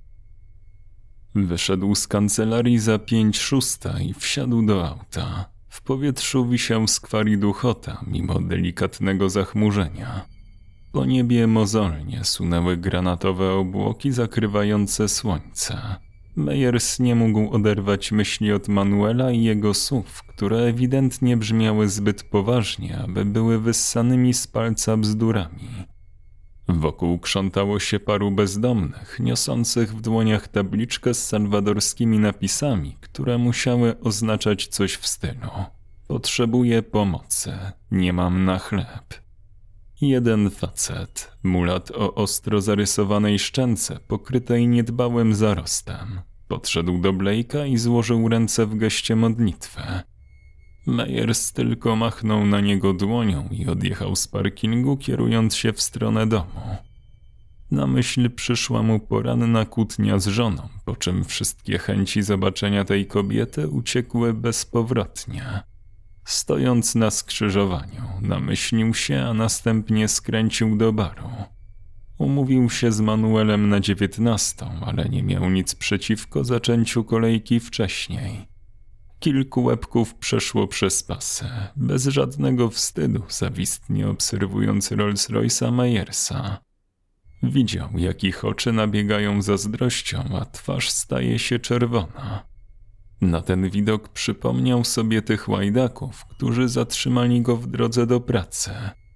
Wyszedł z kancelarii za 5:06 i wsiadł do auta. W powietrzu wisiał skwar i duchota, mimo delikatnego zachmurzenia. Po niebie mozolnie sunęły granatowe obłoki zakrywające słońce. Myers nie mógł oderwać myśli od Manuela i jego słów, które ewidentnie brzmiały zbyt poważnie, aby były wyssanymi z palca bzdurami. Wokół krzątało się paru bezdomnych, niosących w dłoniach tabliczkę z salwadorskimi napisami, które musiały oznaczać coś w stylu: potrzebuję pomocy, nie mam na chleb. Jeden facet, mulat o ostro zarysowanej szczęce pokrytej niedbałym zarostem, podszedł do Blake'a i złożył ręce w geście modlitwy. Myers tylko machnął na niego dłonią i odjechał z parkingu, kierując się w stronę domu. Na myśl przyszła mu poranna kłótnia z żoną, po czym wszystkie chęci zobaczenia tej kobiety uciekły bezpowrotnie. Stojąc na skrzyżowaniu, namyślił się, a następnie skręcił do baru. Umówił się z Manuelem na 19, ale nie miał nic przeciwko zaczęciu kolejki wcześniej. Kilku łebków przeszło przez pasy, bez żadnego wstydu, zawistnie obserwując Rolls-Royce'a Myersa. Widział, jak ich oczy nabiegają zazdrością, a twarz staje się czerwona. Na ten widok przypomniał sobie tych łajdaków, którzy zatrzymali go w drodze do pracy.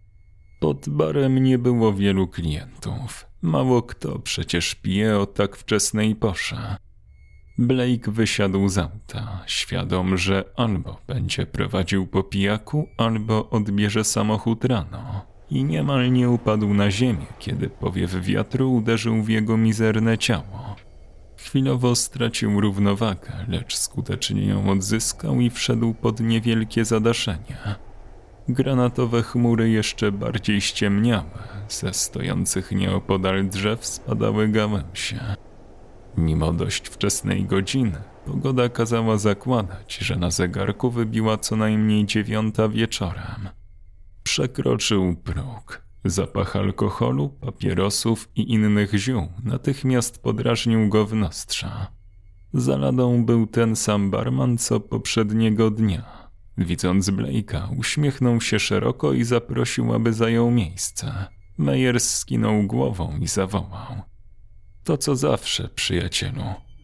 Pod barem nie było wielu klientów. Mało kto przecież pije o tak wczesnej porze. Blake wysiadł z auta, świadom, że albo będzie prowadził po pijaku, albo odbierze samochód rano. I niemal nie upadł na ziemię, kiedy powiew wiatru uderzył w jego mizerne ciało. Chwilowo stracił równowagę, lecz skutecznie ją odzyskał i wszedł pod niewielkie zadaszenie. Granatowe chmury jeszcze bardziej ściemniały, ze stojących nieopodal drzew spadały gałęzie. Mimo dość wczesnej godziny, pogoda kazała zakładać, że na zegarku wybiła co najmniej 9 wieczorem. Przekroczył próg. Zapach alkoholu, papierosów i innych ziół natychmiast podrażnił go w nostrza. Za ladą był ten sam barman co poprzedniego dnia. Widząc Blake'a, uśmiechnął się szeroko i zaprosił, aby zajął miejsce. Myers skinął głową i zawołał: to co zawsze, przyjacielu.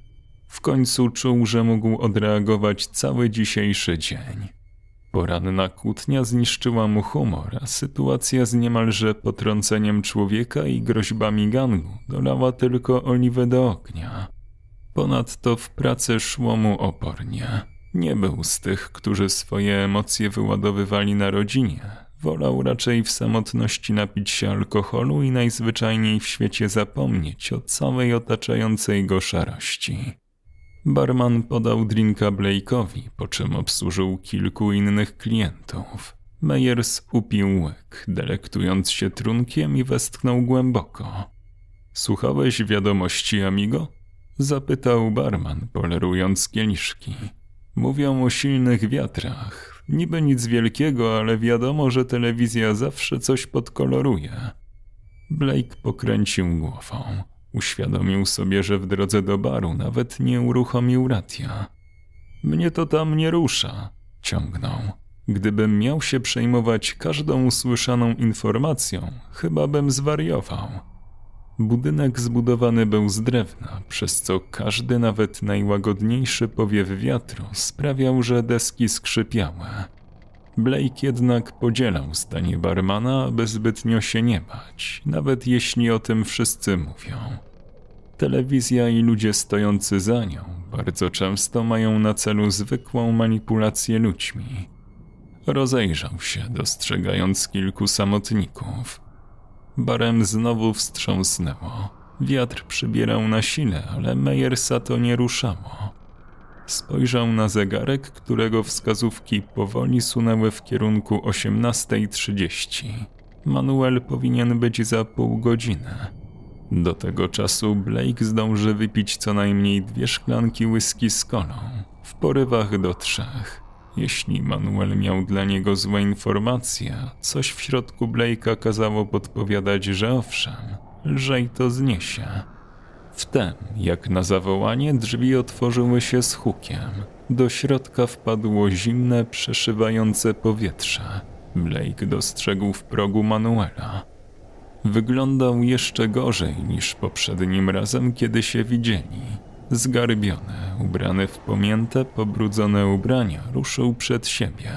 W końcu czuł, że mógł odreagować cały dzisiejszy dzień. Poranna kłótnia zniszczyła mu humor, a sytuacja z niemalże potrąceniem człowieka i groźbami gangu dolała tylko oliwę do ognia. Ponadto w pracy szło mu opornie. Nie był z tych, którzy swoje emocje wyładowywali na rodzinie. Wolał raczej w samotności napić się alkoholu i najzwyczajniej w świecie zapomnieć o całej otaczającej go szarości. Barman podał drinka Blake'owi, po czym obsłużył kilku innych klientów. Myers upił łyk, delektując się trunkiem, i westchnął głęboko. Słuchałeś wiadomości, amigo? Zapytał barman, polerując kieliszki. Mówią o silnych wiatrach. Niby nic wielkiego, ale wiadomo, że telewizja zawsze coś podkoloruje. Blake pokręcił głową. Uświadomił sobie, że w drodze do baru nawet nie uruchomił radia. Mnie to tam nie rusza, ciągnął. Gdybym miał się przejmować każdą usłyszaną informacją, chyba bym zwariował. Budynek zbudowany był z drewna, przez co każdy, nawet najłagodniejszy powiew wiatru sprawiał, że deski skrzypiały. Blake jednak podzielał zdanie barmana, aby zbytnio się nie bać, nawet jeśli o tym wszyscy mówią. Telewizja i ludzie stojący za nią bardzo często mają na celu zwykłą manipulację ludźmi. Rozejrzał się, dostrzegając kilku samotników. Barem znowu wstrząsnęło. Wiatr przybierał na sile, ale Meyersa to nie ruszało. Spojrzał na zegarek, którego wskazówki powoli sunęły w kierunku 18:30. Manuel powinien być za pół godziny. Do tego czasu Blake zdąży wypić co najmniej 2 szklanki whisky z kolą, w porywach do 3. Jeśli Manuel miał dla niego złe informacje, coś w środku Blake'a kazało podpowiadać, że owszem, lżej to zniesie. Wtem, jak na zawołanie, drzwi otworzyły się z hukiem. Do środka wpadło zimne, przeszywające powietrze. Blake dostrzegł w progu Manuela. Wyglądał jeszcze gorzej niż poprzednim razem, kiedy się widzieli. Zgarbiony, ubrany w pomięte, pobrudzone ubrania, ruszył przed siebie.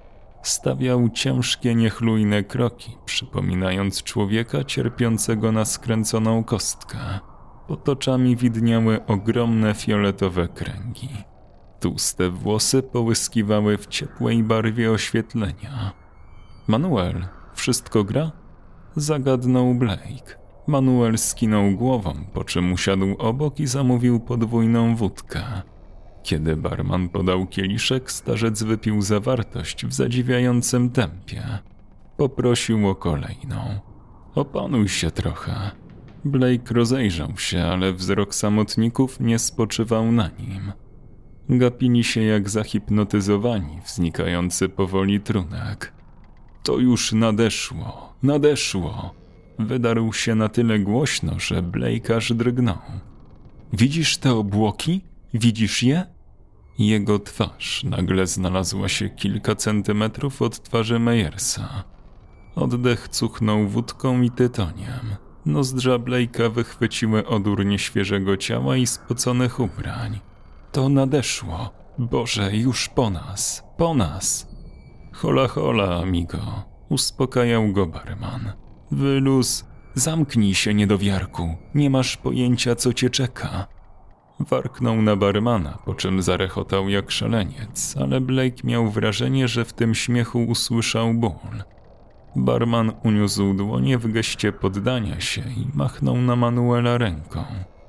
Stawiał ciężkie, niechlujne kroki, przypominając człowieka cierpiącego na skręconą kostkę. Pod oczami widniały ogromne fioletowe kręgi. Tłuste włosy połyskiwały w ciepłej barwie oświetlenia. Manuel, wszystko gra? Zagadnął Blake. Manuel skinął głową, po czym usiadł obok i zamówił podwójną wódkę. Kiedy barman podał kieliszek, starzec wypił zawartość w zadziwiającym tempie. Poprosił o kolejną. Opanuj się trochę. Blake rozejrzał się, ale wzrok samotników nie spoczywał na nim. Gapili się jak zahipnotyzowani w znikający powoli trunek. To już nadeszło, nadeszło. Wydarł się na tyle głośno, że Blake aż drgnął. Widzisz te obłoki? Widzisz je? Jego twarz nagle znalazła się kilka centymetrów od twarzy Meyersa. Oddech cuchnął wódką i tytoniem. Nozdrza Blake'a wychwyciły odór nieświeżego ciała i spoconych ubrań. To nadeszło. Boże, już po nas, po nas. Hola, hola, amigo. Uspokajał go barman. Wyluz, zamknij się, niedowiarku. Nie masz pojęcia, co cię czeka. Warknął na barmana, po czym zarechotał jak szaleniec, ale Blake miał wrażenie, że w tym śmiechu usłyszał ból. Barman uniósł dłonie w geście poddania się i machnął na Manuela ręką.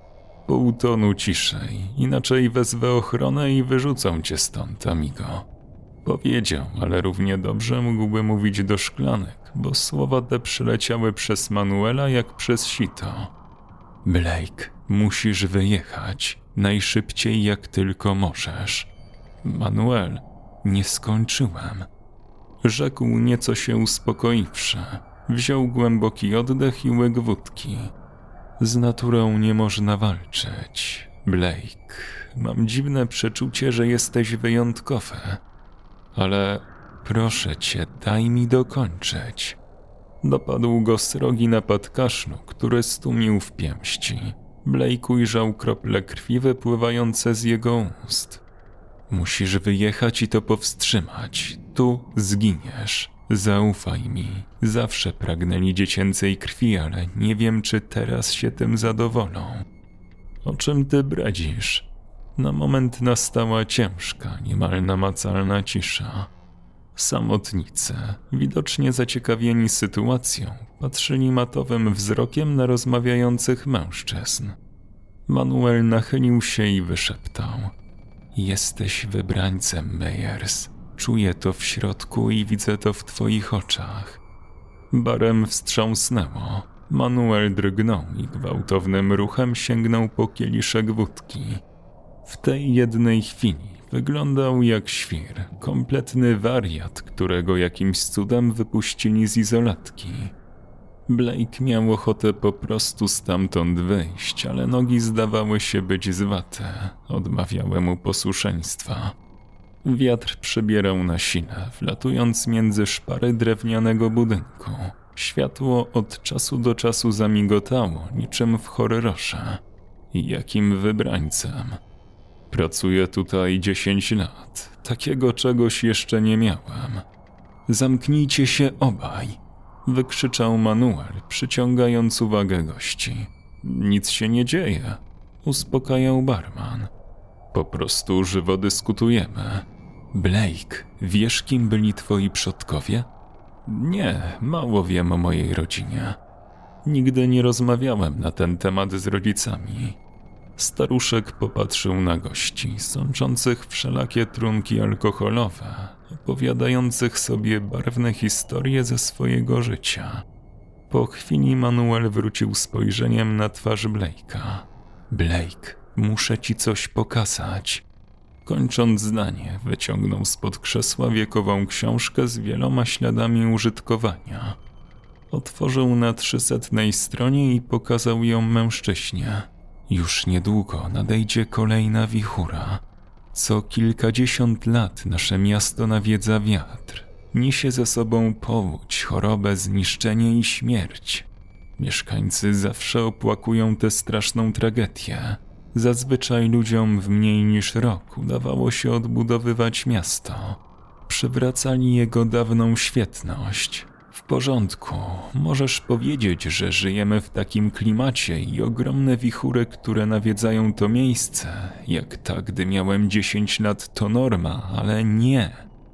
Pół tonu ciszej, inaczej wezwę ochronę i wyrzucą cię stąd, amigo. Powiedział, ale równie dobrze mógłby mówić do szklanek, bo słowa te przeleciały przez Manuela jak przez sito. Blake, musisz wyjechać, najszybciej jak tylko możesz. Manuel, nie skończyłem. Rzekł nieco się uspokoiwszy. Wziął głęboki oddech i łyk wódki. Z naturą nie można walczyć. Blake, mam dziwne przeczucie, że jesteś wyjątkowy. Ale proszę cię, daj mi dokończyć. Dopadł go srogi napad kaszlu, który stłumił w pięści. Blake ujrzał krople krwi wypływające z jego ust. Musisz wyjechać i to powstrzymać. Tu zginiesz. Zaufaj mi. Zawsze pragnęli dziecięcej krwi, ale nie wiem, czy teraz się tym zadowolą. O czym ty bredzisz? Na moment nastała ciężka, niemal namacalna cisza. Samotnicy, widocznie zaciekawieni sytuacją, patrzyli matowym wzrokiem na rozmawiających mężczyzn. Manuel nachylił się i wyszeptał. Jesteś wybrańcem, Meyers. Czuję to w środku i widzę to w twoich oczach. Barem wstrząsnęło. Manuel drgnął i gwałtownym ruchem sięgnął po kieliszek wódki. W tej jednej chwili wyglądał jak świr, kompletny wariat, którego jakimś cudem wypuścili z izolatki. Blake miał ochotę po prostu stamtąd wyjść, ale nogi zdawały się być zwate, odmawiały mu posłuszeństwa. Wiatr przybierał na sile, wlatując między szpary drewnianego budynku. Światło od czasu do czasu zamigotało, niczym w horrorze. Jakim wybrańcem. Pracuję tutaj 10 lat. Takiego czegoś jeszcze nie miałem. Zamknijcie się obaj, wykrzyczał Manuel, przyciągając uwagę gości. Nic się nie dzieje, uspokajał barman. Po prostu żywo dyskutujemy. Blake, wiesz, kim byli twoi przodkowie? Nie, mało wiem o mojej rodzinie. Nigdy nie rozmawiałem na ten temat z rodzicami. Staruszek popatrzył na gości, sączących wszelakie trunki alkoholowe, opowiadających sobie barwne historie ze swojego życia. Po chwili Manuel wrócił spojrzeniem na twarz Blake'a. Blake, muszę ci coś pokazać. Kończąc zdanie, wyciągnął spod krzesła wiekową książkę z wieloma śladami użytkowania. Otworzył na 300 stronie i pokazał ją mężczyźnie. Już niedługo nadejdzie kolejna wichura. Co kilkadziesiąt lat nasze miasto nawiedza wiatr. Niesie ze sobą powódź, chorobę, zniszczenie i śmierć. Mieszkańcy zawsze opłakują tę straszną tragedię. Zazwyczaj ludziom w mniej niż rok udawało się odbudowywać miasto. Przywracali jego dawną świetność. W porządku, możesz powiedzieć, że żyjemy w takim klimacie i ogromne wichury, które nawiedzają to miejsce, jak ta, gdy miałem 10 lat, to norma, ale nie.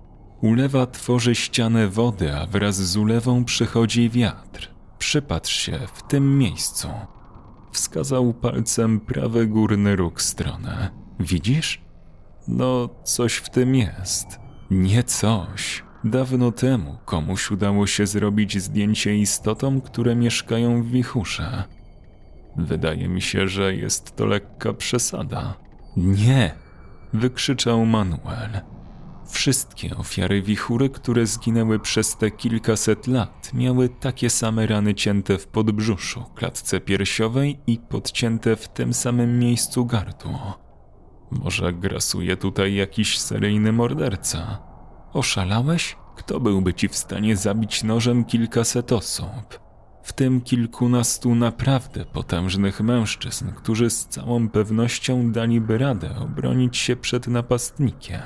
Ulewa tworzy ścianę wody, a wraz z ulewą przychodzi wiatr. Przypatrz się w tym miejscu. Wskazał palcem prawy górny róg stronę. Widzisz? No, coś w tym jest. Nie coś. Dawno temu komuś udało się zrobić zdjęcie istotom, które mieszkają w wichurze. Wydaje mi się, że jest to lekka przesada. Nie! Wykrzyczał Manuel. Wszystkie ofiary wichury, które zginęły przez te kilkaset lat, miały takie same rany cięte w podbrzuszu, klatce piersiowej i podcięte w tym samym miejscu gardło. Może grasuje tutaj jakiś seryjny morderca? Oszalałeś? Kto byłby ci w stanie zabić nożem kilkaset osób? W tym kilkunastu naprawdę potężnych mężczyzn, którzy z całą pewnością daliby radę obronić się przed napastnikiem.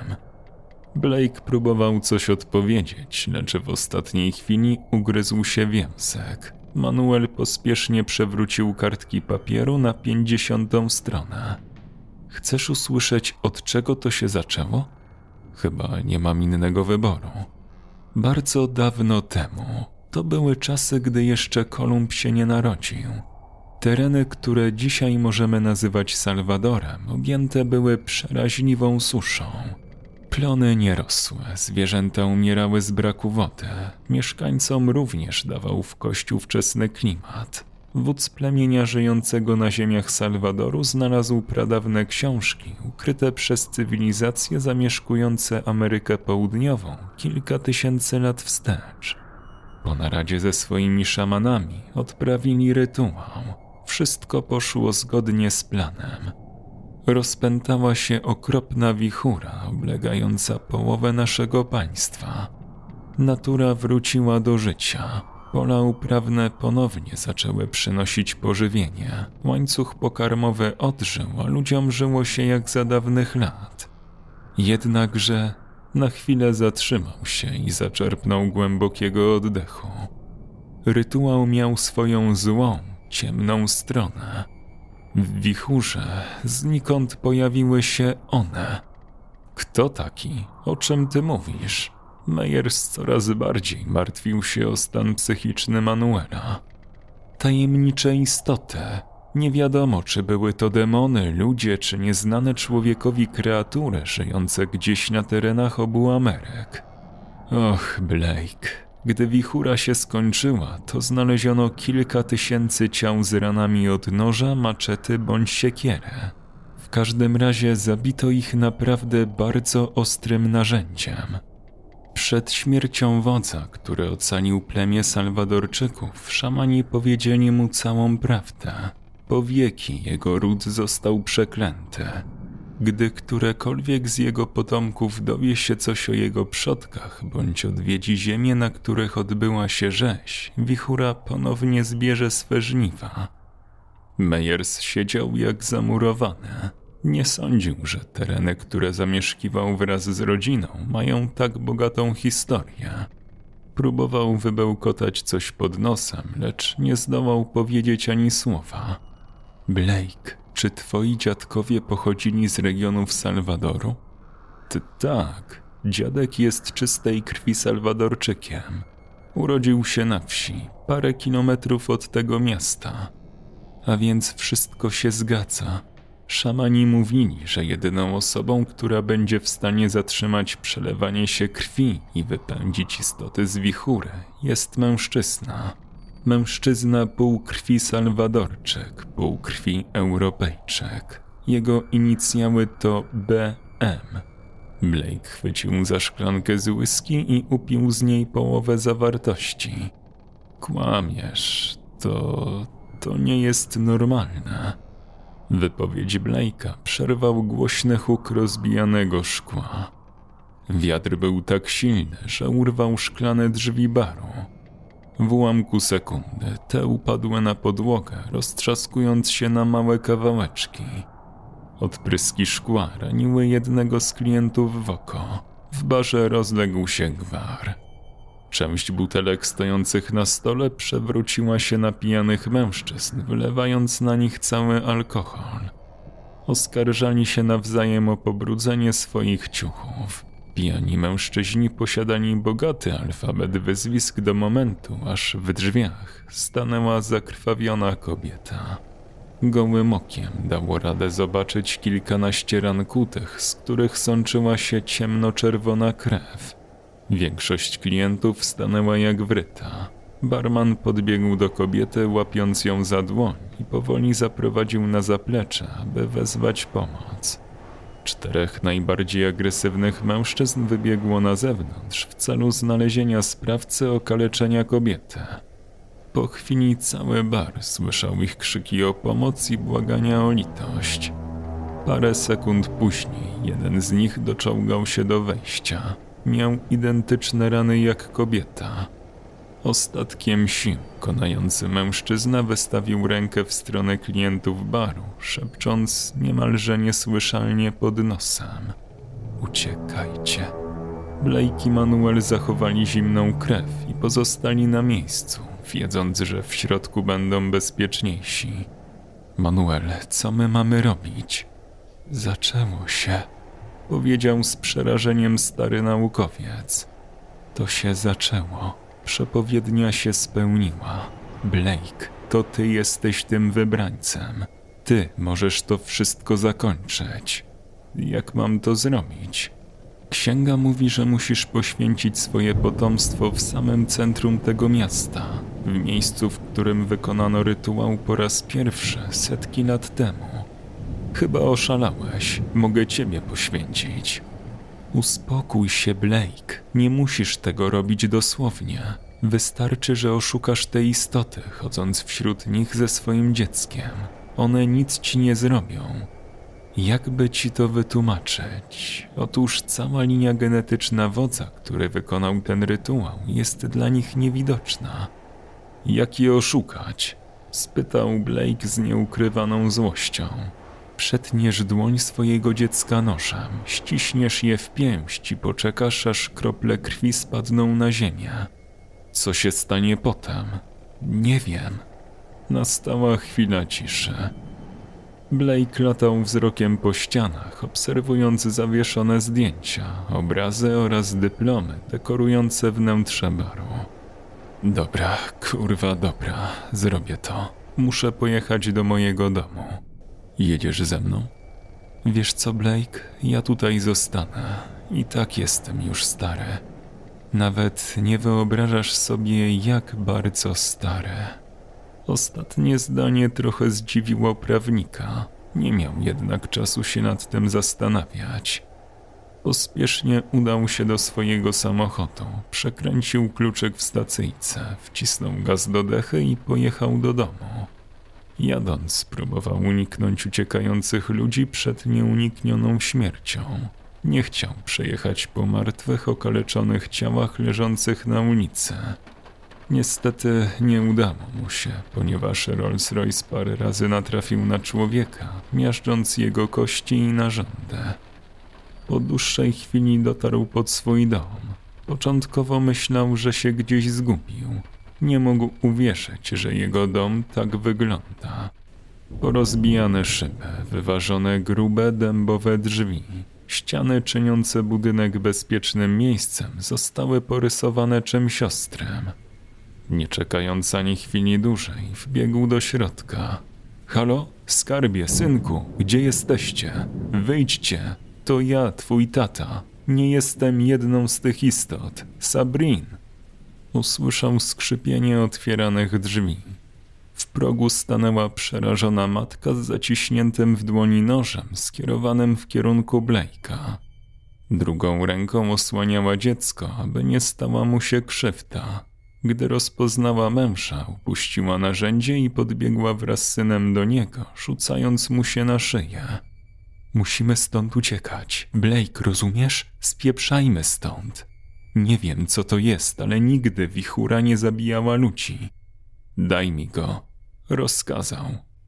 Blake próbował coś odpowiedzieć, lecz w ostatniej chwili ugryzł się w język. Manuel pospiesznie przewrócił kartki papieru na 50. stronę. Chcesz usłyszeć, od czego to się zaczęło? Chyba nie mam innego wyboru. Bardzo dawno temu, to były czasy, gdy jeszcze Kolumb się nie narodził. Tereny, które dzisiaj możemy nazywać Salwadorem, objęte były przeraźliwą suszą. Plony nie rosły, zwierzęta umierały z braku wody. Mieszkańcom również dawał w kość ówczesny klimat. Wódz plemienia żyjącego na ziemiach Salwadoru znalazł pradawne książki ukryte przez cywilizacje zamieszkujące Amerykę Południową kilka tysięcy lat wstecz. Po naradzie ze swoimi szamanami odprawili rytuał. Wszystko poszło zgodnie z planem. Rozpętała się okropna wichura oblegająca połowę naszego państwa. Natura wróciła do życia. Pola uprawne ponownie zaczęły przynosić pożywienie. Łańcuch pokarmowy odżył, a ludziom żyło się jak za dawnych lat. Jednakże na chwilę zatrzymał się i zaczerpnął głębokiego oddechu. Rytuał miał swoją złą, ciemną stronę. W wichurze znikąd pojawiły się one. Kto taki? O czym ty mówisz? Meyers coraz bardziej martwił się o stan psychiczny Manuela. Tajemnicze istoty. Nie wiadomo, czy były to demony, ludzie, czy nieznane człowiekowi kreatury żyjące gdzieś na terenach obu Ameryk. Och, Blake, gdy wichura się skończyła, to znaleziono kilka tysięcy ciał z ranami od noża, maczety bądź siekierę. W każdym razie zabito ich naprawdę bardzo ostrym narzędziem. Przed śmiercią wodza, który ocalił plemię Salwadorczyków, szamani powiedzieli mu całą prawdę. Po wieki jego ród został przeklęty. Gdy którekolwiek z jego potomków dowie się coś o jego przodkach bądź odwiedzi ziemię, na których odbyła się rzeź, wichura ponownie zbierze swe żniwa. Meyers siedział jak zamurowany. Nie sądził, że tereny, które zamieszkiwał wraz z rodziną, mają tak bogatą historię. Próbował wybełkotać coś pod nosem, lecz nie zdołał powiedzieć ani słowa. Blake, czy twoi dziadkowie pochodzili z regionów Salwadoru? Tak, dziadek jest czystej krwi Salwadorczykiem. Urodził się na wsi, parę kilometrów od tego miasta. A więc wszystko się zgadza. Szamani mówili, że jedyną osobą, która będzie w stanie zatrzymać przelewanie się krwi i wypędzić istoty z wichury, jest mężczyzna. Mężczyzna pół krwi Salwadorczyk, pół krwi Europejczyk. Jego inicjały to BM. Blake chwycił za szklankę z whisky i upił z niej połowę zawartości. Kłamiesz, to nie jest normalne. Wypowiedź Blake'a przerwał głośny huk rozbijanego szkła. Wiatr był tak silny, że urwał szklane drzwi baru. W ułamku sekundy te upadły na podłogę, roztrzaskując się na małe kawałeczki. Odpryski szkła raniły jednego z klientów w oko. W barze rozległ się gwar. Część butelek stojących na stole przewróciła się na pijanych mężczyzn, wylewając na nich cały alkohol. Oskarżali się nawzajem o pobrudzenie swoich ciuchów. Pijani mężczyźni posiadali bogaty alfabet wyzwisk do momentu, aż w drzwiach stanęła zakrwawiona kobieta. Gołym okiem dało radę zobaczyć kilkanaście ran kutych, z których sączyła się ciemnoczerwona krew. Większość klientów stanęła jak wryta. Barman podbiegł do kobiety, łapiąc ją za dłoń i powoli zaprowadził na zaplecze, aby wezwać pomoc. 4 najbardziej agresywnych mężczyzn wybiegło na zewnątrz w celu znalezienia sprawcy okaleczenia kobiety. Po chwili cały bar słyszał ich krzyki o pomoc i błagania o litość. Parę sekund później jeden z nich doczołgał się do wejścia. Miał identyczne rany jak kobieta. Ostatkiem sił konający mężczyzna wystawił rękę w stronę klientów baru, szepcząc niemalże niesłyszalnie pod nosem: uciekajcie. Blake i Manuel zachowali zimną krew i pozostali na miejscu, wiedząc, że w środku będą bezpieczniejsi. Manuel, co my mamy robić? Zaczęło się, powiedział z przerażeniem stary naukowiec. To się zaczęło. Przepowiednia się spełniła. Blake, to ty jesteś tym wybrańcem. Ty możesz to wszystko zakończyć. Jak mam to zrobić? Księga mówi, że musisz poświęcić swoje potomstwo w samym centrum tego miasta, w miejscu, w którym wykonano rytuał po raz pierwszy setki lat temu. Chyba oszalałeś, mogę ciebie poświęcić. Uspokój się, Blake, nie musisz tego robić dosłownie. Wystarczy, że oszukasz te istoty, chodząc wśród nich ze swoim dzieckiem. One nic ci nie zrobią. Jakby ci to wytłumaczyć? Otóż cała linia genetyczna wodza, który wykonał ten rytuał, jest dla nich niewidoczna. Jak je oszukać? Spytał Blake z nieukrywaną złością. Przetniesz dłoń swojego dziecka nożem, ściśniesz je w pięść i poczekasz, aż krople krwi spadną na ziemię. Co się stanie potem? Nie wiem. Nastała chwila ciszy. Blake latał wzrokiem po ścianach, obserwując zawieszone zdjęcia, obrazy oraz dyplomy dekorujące wnętrze baru. Dobra, kurwa dobra, zrobię to. Muszę pojechać do mojego domu. Jedziesz ze mną? Wiesz co, Blake, ja tutaj zostanę. I tak jestem już stary. Nawet nie wyobrażasz sobie, jak bardzo stary. Ostatnie zdanie trochę zdziwiło prawnika. Nie miał jednak czasu się nad tym zastanawiać. Pospiesznie udał się do swojego samochodu, przekręcił kluczyk w stacyjce, wcisnął gaz do dechy i pojechał do domu. Jadąc, próbował uniknąć uciekających ludzi przed nieuniknioną śmiercią. Nie chciał przejechać po martwych, okaleczonych ciałach leżących na ulicy. Niestety nie udało mu się, ponieważ Rolls-Royce parę razy natrafił na człowieka, miażdżąc jego kości i narządy. Po dłuższej chwili dotarł pod swój dom. Początkowo myślał, że się gdzieś zgubił. Nie mógł uwierzyć, że jego dom tak wygląda. Porozbijane szyby, wyważone grube dębowe drzwi, ściany czyniące budynek bezpiecznym miejscem zostały porysowane czymś ostrym. Nie czekając ani chwili dłużej, wbiegł do środka. Halo? Skarbie, synku, gdzie jesteście? Wyjdźcie. To ja, twój tata. Nie jestem jedną z tych istot. Sabrin. Usłyszał skrzypienie otwieranych drzwi. W progu stanęła przerażona matka z zaciśniętym w dłoni nożem skierowanym w kierunku Blake'a. Drugą ręką osłaniała dziecko, aby nie stała mu się krzywda. Gdy rozpoznała męża, upuściła narzędzie i podbiegła wraz z synem do niego, rzucając mu się na szyję. Musimy stąd uciekać. Blake, rozumiesz? Spieprzajmy stąd. Nie wiem, co to jest, ale nigdy wichura nie zabijała ludzi. Daj mi go. Rozkazał.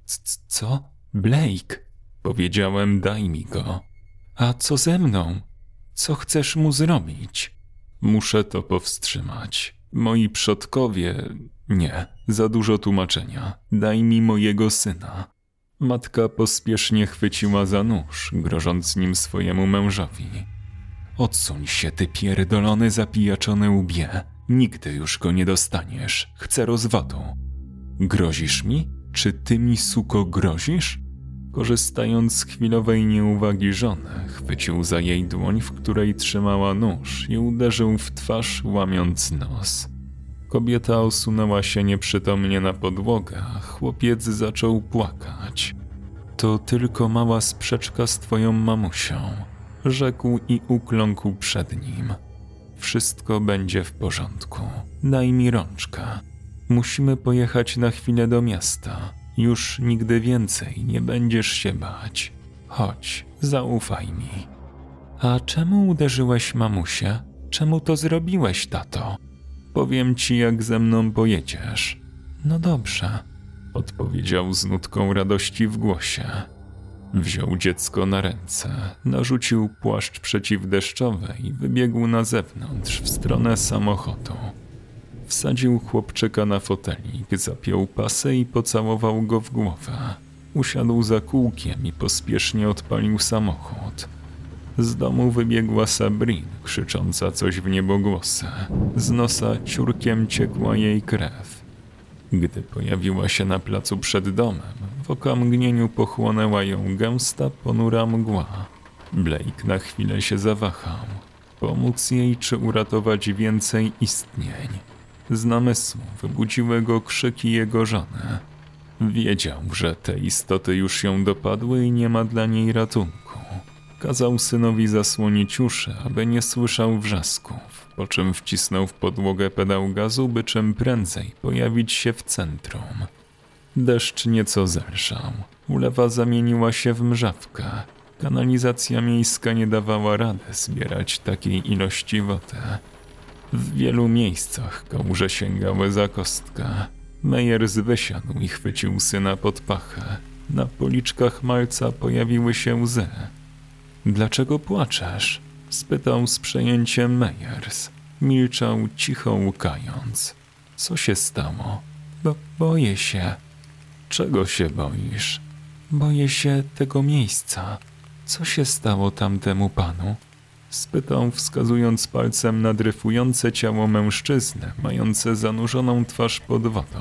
Co? Blake? Powiedziałem, daj mi go. A co ze mną? Co chcesz mu zrobić? Muszę to powstrzymać. Moi przodkowie... Nie, za dużo tłumaczenia. Daj mi mojego syna. Matka pospiesznie chwyciła za nóż, grożąc nim swojemu mężowi. Odsuń się, ty pierdolony zapijaczony łbie. Nigdy już go nie dostaniesz. Chcę rozwodu. Grozisz mi? Czy ty mi, suko, grozisz? Korzystając z chwilowej nieuwagi żony, chwycił za jej dłoń, w której trzymała nóż i uderzył w twarz, łamiąc nos. Kobieta osunęła się nieprzytomnie na podłogę, a chłopiec zaczął płakać. To tylko mała sprzeczka z twoją mamusią, rzekł i ukląkł przed nim. Wszystko będzie w porządku. Daj mi rączkę. Musimy pojechać na chwilę do miasta. Już nigdy więcej nie będziesz się bać. Chodź, zaufaj mi. A czemu uderzyłeś mamusię? Czemu to zrobiłeś, tato? Powiem ci, jak ze mną pojedziesz. No dobrze, odpowiedział z nutką radości w głosie. Wziął dziecko na ręce, narzucił płaszcz przeciwdeszczowy i wybiegł na zewnątrz w stronę samochodu. Wsadził chłopczyka na fotelik, zapiął pasy i pocałował go w głowę. Usiadł za kółkiem i pospiesznie odpalił samochód. Z domu wybiegła Sabrin, krzycząca coś w niebogłosy. Z nosa ciurkiem ciekła jej krew. Gdy pojawiła się na placu przed domem, w okamgnieniu pochłonęła ją gęsta, ponura mgła. Blake na chwilę się zawahał. Pomóc jej czy uratować więcej istnień? Z namysłu wybudziły go krzyki jego żony. Wiedział, że te istoty już ją dopadły i nie ma dla niej ratunku. Kazał synowi zasłonić uszy, aby nie słyszał wrzasków, po czym wcisnął w podłogę pedał gazu, by czym prędzej pojawić się w centrum. Deszcz nieco zelżał. Ulewa zamieniła się w mrzawkę. Kanalizacja miejska nie dawała rady zbierać takiej ilości wody. W wielu miejscach kałuże sięgały za kostkę. Meyers wysiadł i chwycił syna pod pachę. Na policzkach malca pojawiły się łzy. Dlaczego płaczesz? Spytał z przejęciem Meyers. Milczał, cicho łkając. Co się stało? Boję się. Czego się boisz? Boję się tego miejsca. Co się stało tamtemu panu? Spytał, wskazując palcem na dryfujące ciało mężczyzny, mające zanurzoną twarz pod wodą.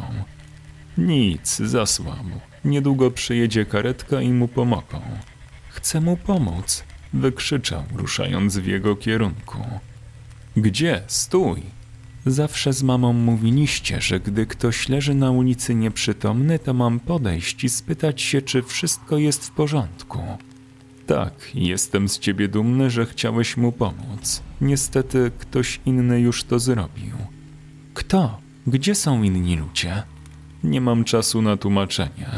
Nic, zasłał. Niedługo przyjedzie karetka i mu pomogą. Chcę mu pomóc, wykrzyczał, ruszając w jego kierunku. Gdzie? Stój! Zawsze z mamą mówiliście, że gdy ktoś leży na ulicy nieprzytomny, to mam podejść i spytać się, czy wszystko jest w porządku. Tak, jestem z ciebie dumny, że chciałeś mu pomóc. Niestety ktoś inny już to zrobił. Kto? Gdzie są inni ludzie? Nie mam czasu na tłumaczenie.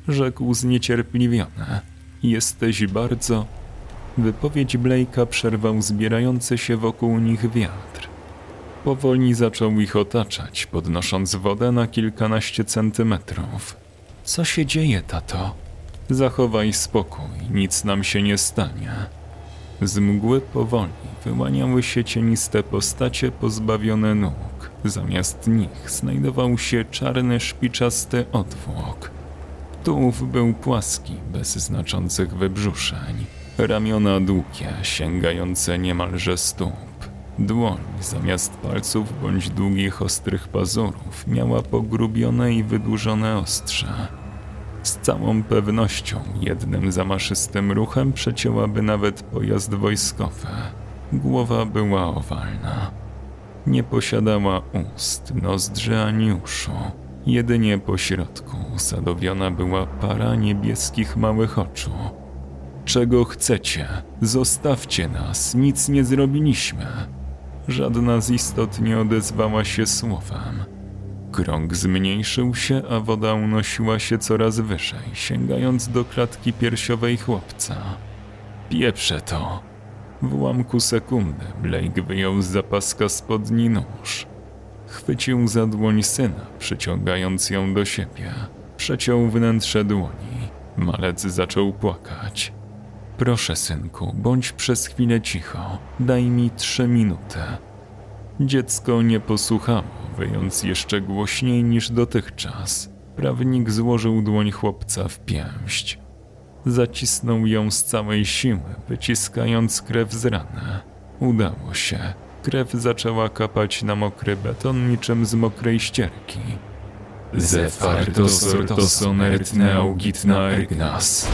rzekł zniecierpliwiony. Jesteś bardzo... Wypowiedź Blake'a przerwał zbierający się wokół nich wiatr. Powoli zaczął ich otaczać, podnosząc wodę na kilkanaście centymetrów. Co się dzieje, tato? Zachowaj spokój, nic nam się nie stanie. Z mgły powoli wyłaniały się cieniste postacie pozbawione nóg. Zamiast nich znajdował się czarny, szpiczasty odwłok. Tułów był płaski, bez znaczących wybrzuszeń. Ramiona długie, sięgające niemalże stóp. Dłoń zamiast palców bądź długich, ostrych pazurów miała pogrubione i wydłużone ostrze. Z całą pewnością jednym zamaszystym ruchem przecięłaby nawet pojazd wojskowy. Głowa była owalna. Nie posiadała ust, nozdrzy ani uszu. Jedynie po środku usadowiona była para niebieskich małych oczu. Czego chcecie? Zostawcie nas, nic nie zrobiliśmy. Żadna z istot nie odezwała się słowem. Krąg zmniejszył się, a woda unosiła się coraz wyżej, sięgając do klatki piersiowej chłopca. Pieprze to! W ułamku sekundy Blake wyjął z zapaska spodni nóż. Chwycił za dłoń syna, przyciągając ją do siebie. Przeciął wnętrze dłoni. Malec zaczął płakać. Proszę, synku, bądź przez chwilę cicho. Daj mi 3 minuty. Dziecko nie posłuchało, wyjąc jeszcze głośniej niż dotychczas. Prawnik złożył dłoń chłopca w pięść. Zacisnął ją z całej siły, wyciskając krew z rany. Udało się. Krew zaczęła kapać na mokry beton niczym z mokrej ścierki. Zefartos ortoson ertne augitna ergnas.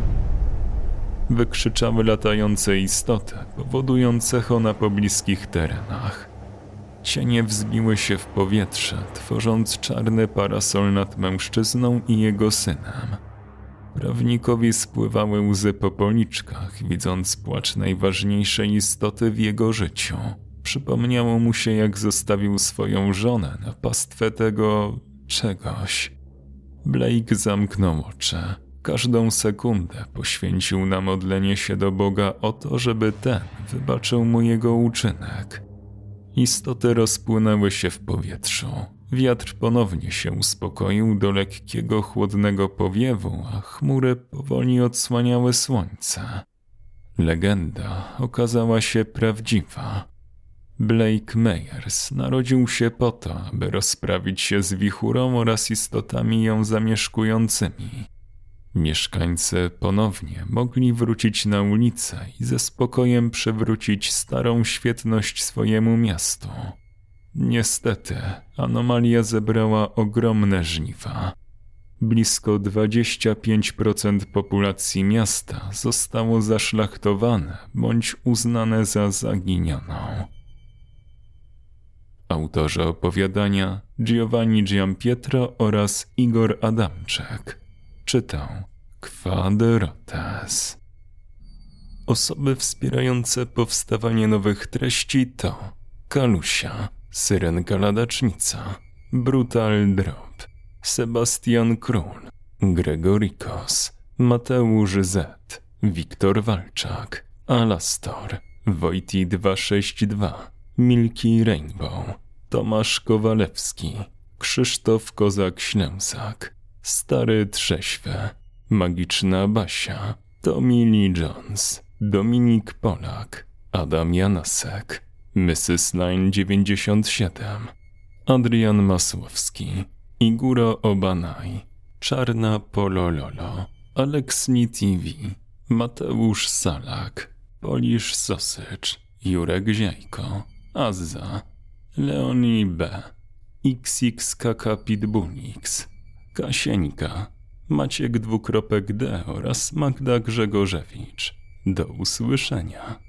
Wykrzyczały latające istoty, powodując echo na pobliskich terenach. Cienie wzbiły się w powietrze, tworząc czarny parasol nad mężczyzną i jego synem. Prawnikowi spływały łzy po policzkach, widząc płacz najważniejszej istoty w jego życiu. Przypomniało mu się, jak zostawił swoją żonę na pastwę tego... czegoś. Blake zamknął oczy. Każdą sekundę poświęcił na modlenie się do Boga o to, żeby ten wybaczył mu jego uczynek. Istoty rozpłynęły się w powietrzu. Wiatr ponownie się uspokoił do lekkiego, chłodnego powiewu, a chmury powoli odsłaniały słońce. Legenda okazała się prawdziwa. Blake Myers narodził się po to, aby rozprawić się z wichurą oraz istotami ją zamieszkującymi. Mieszkańcy ponownie mogli wrócić na ulicę i ze spokojem przywrócić starą świetność swojemu miastu. Niestety, anomalia zebrała ogromne żniwa. Blisko 25% populacji miasta zostało zaszlachtowane bądź uznane za zaginioną. Autorzy opowiadania Giovanni Giampietro oraz Igor Adamczek. Czytał Kwaderotes. Osoby wspierające powstawanie nowych treści to Kalusia, Syrenka Ladacznica, Brutal Drop, Sebastian Król, Gregorikos, Mateusz Z, Wiktor Walczak, Alastor, Wojti 262, Milky Rainbow, Tomasz Kowalewski, Krzysztof Kozak-Ślęsak, Stary Trześwy, Magiczna Basia, Tommy Lee Jones, Dominik Polak, Adam Janasek, Mrs. 997, Adrian Masłowski, Iguro Obanaj, Czarna Polololo, Aleksni TV, Mateusz Salak, Polish Sausage, Jurek Ziajko, Azza, Leonie B, XXKK Pitbullix, Kasieńka, Maciek 2.D oraz Magda Grzegorzewicz. Do usłyszenia.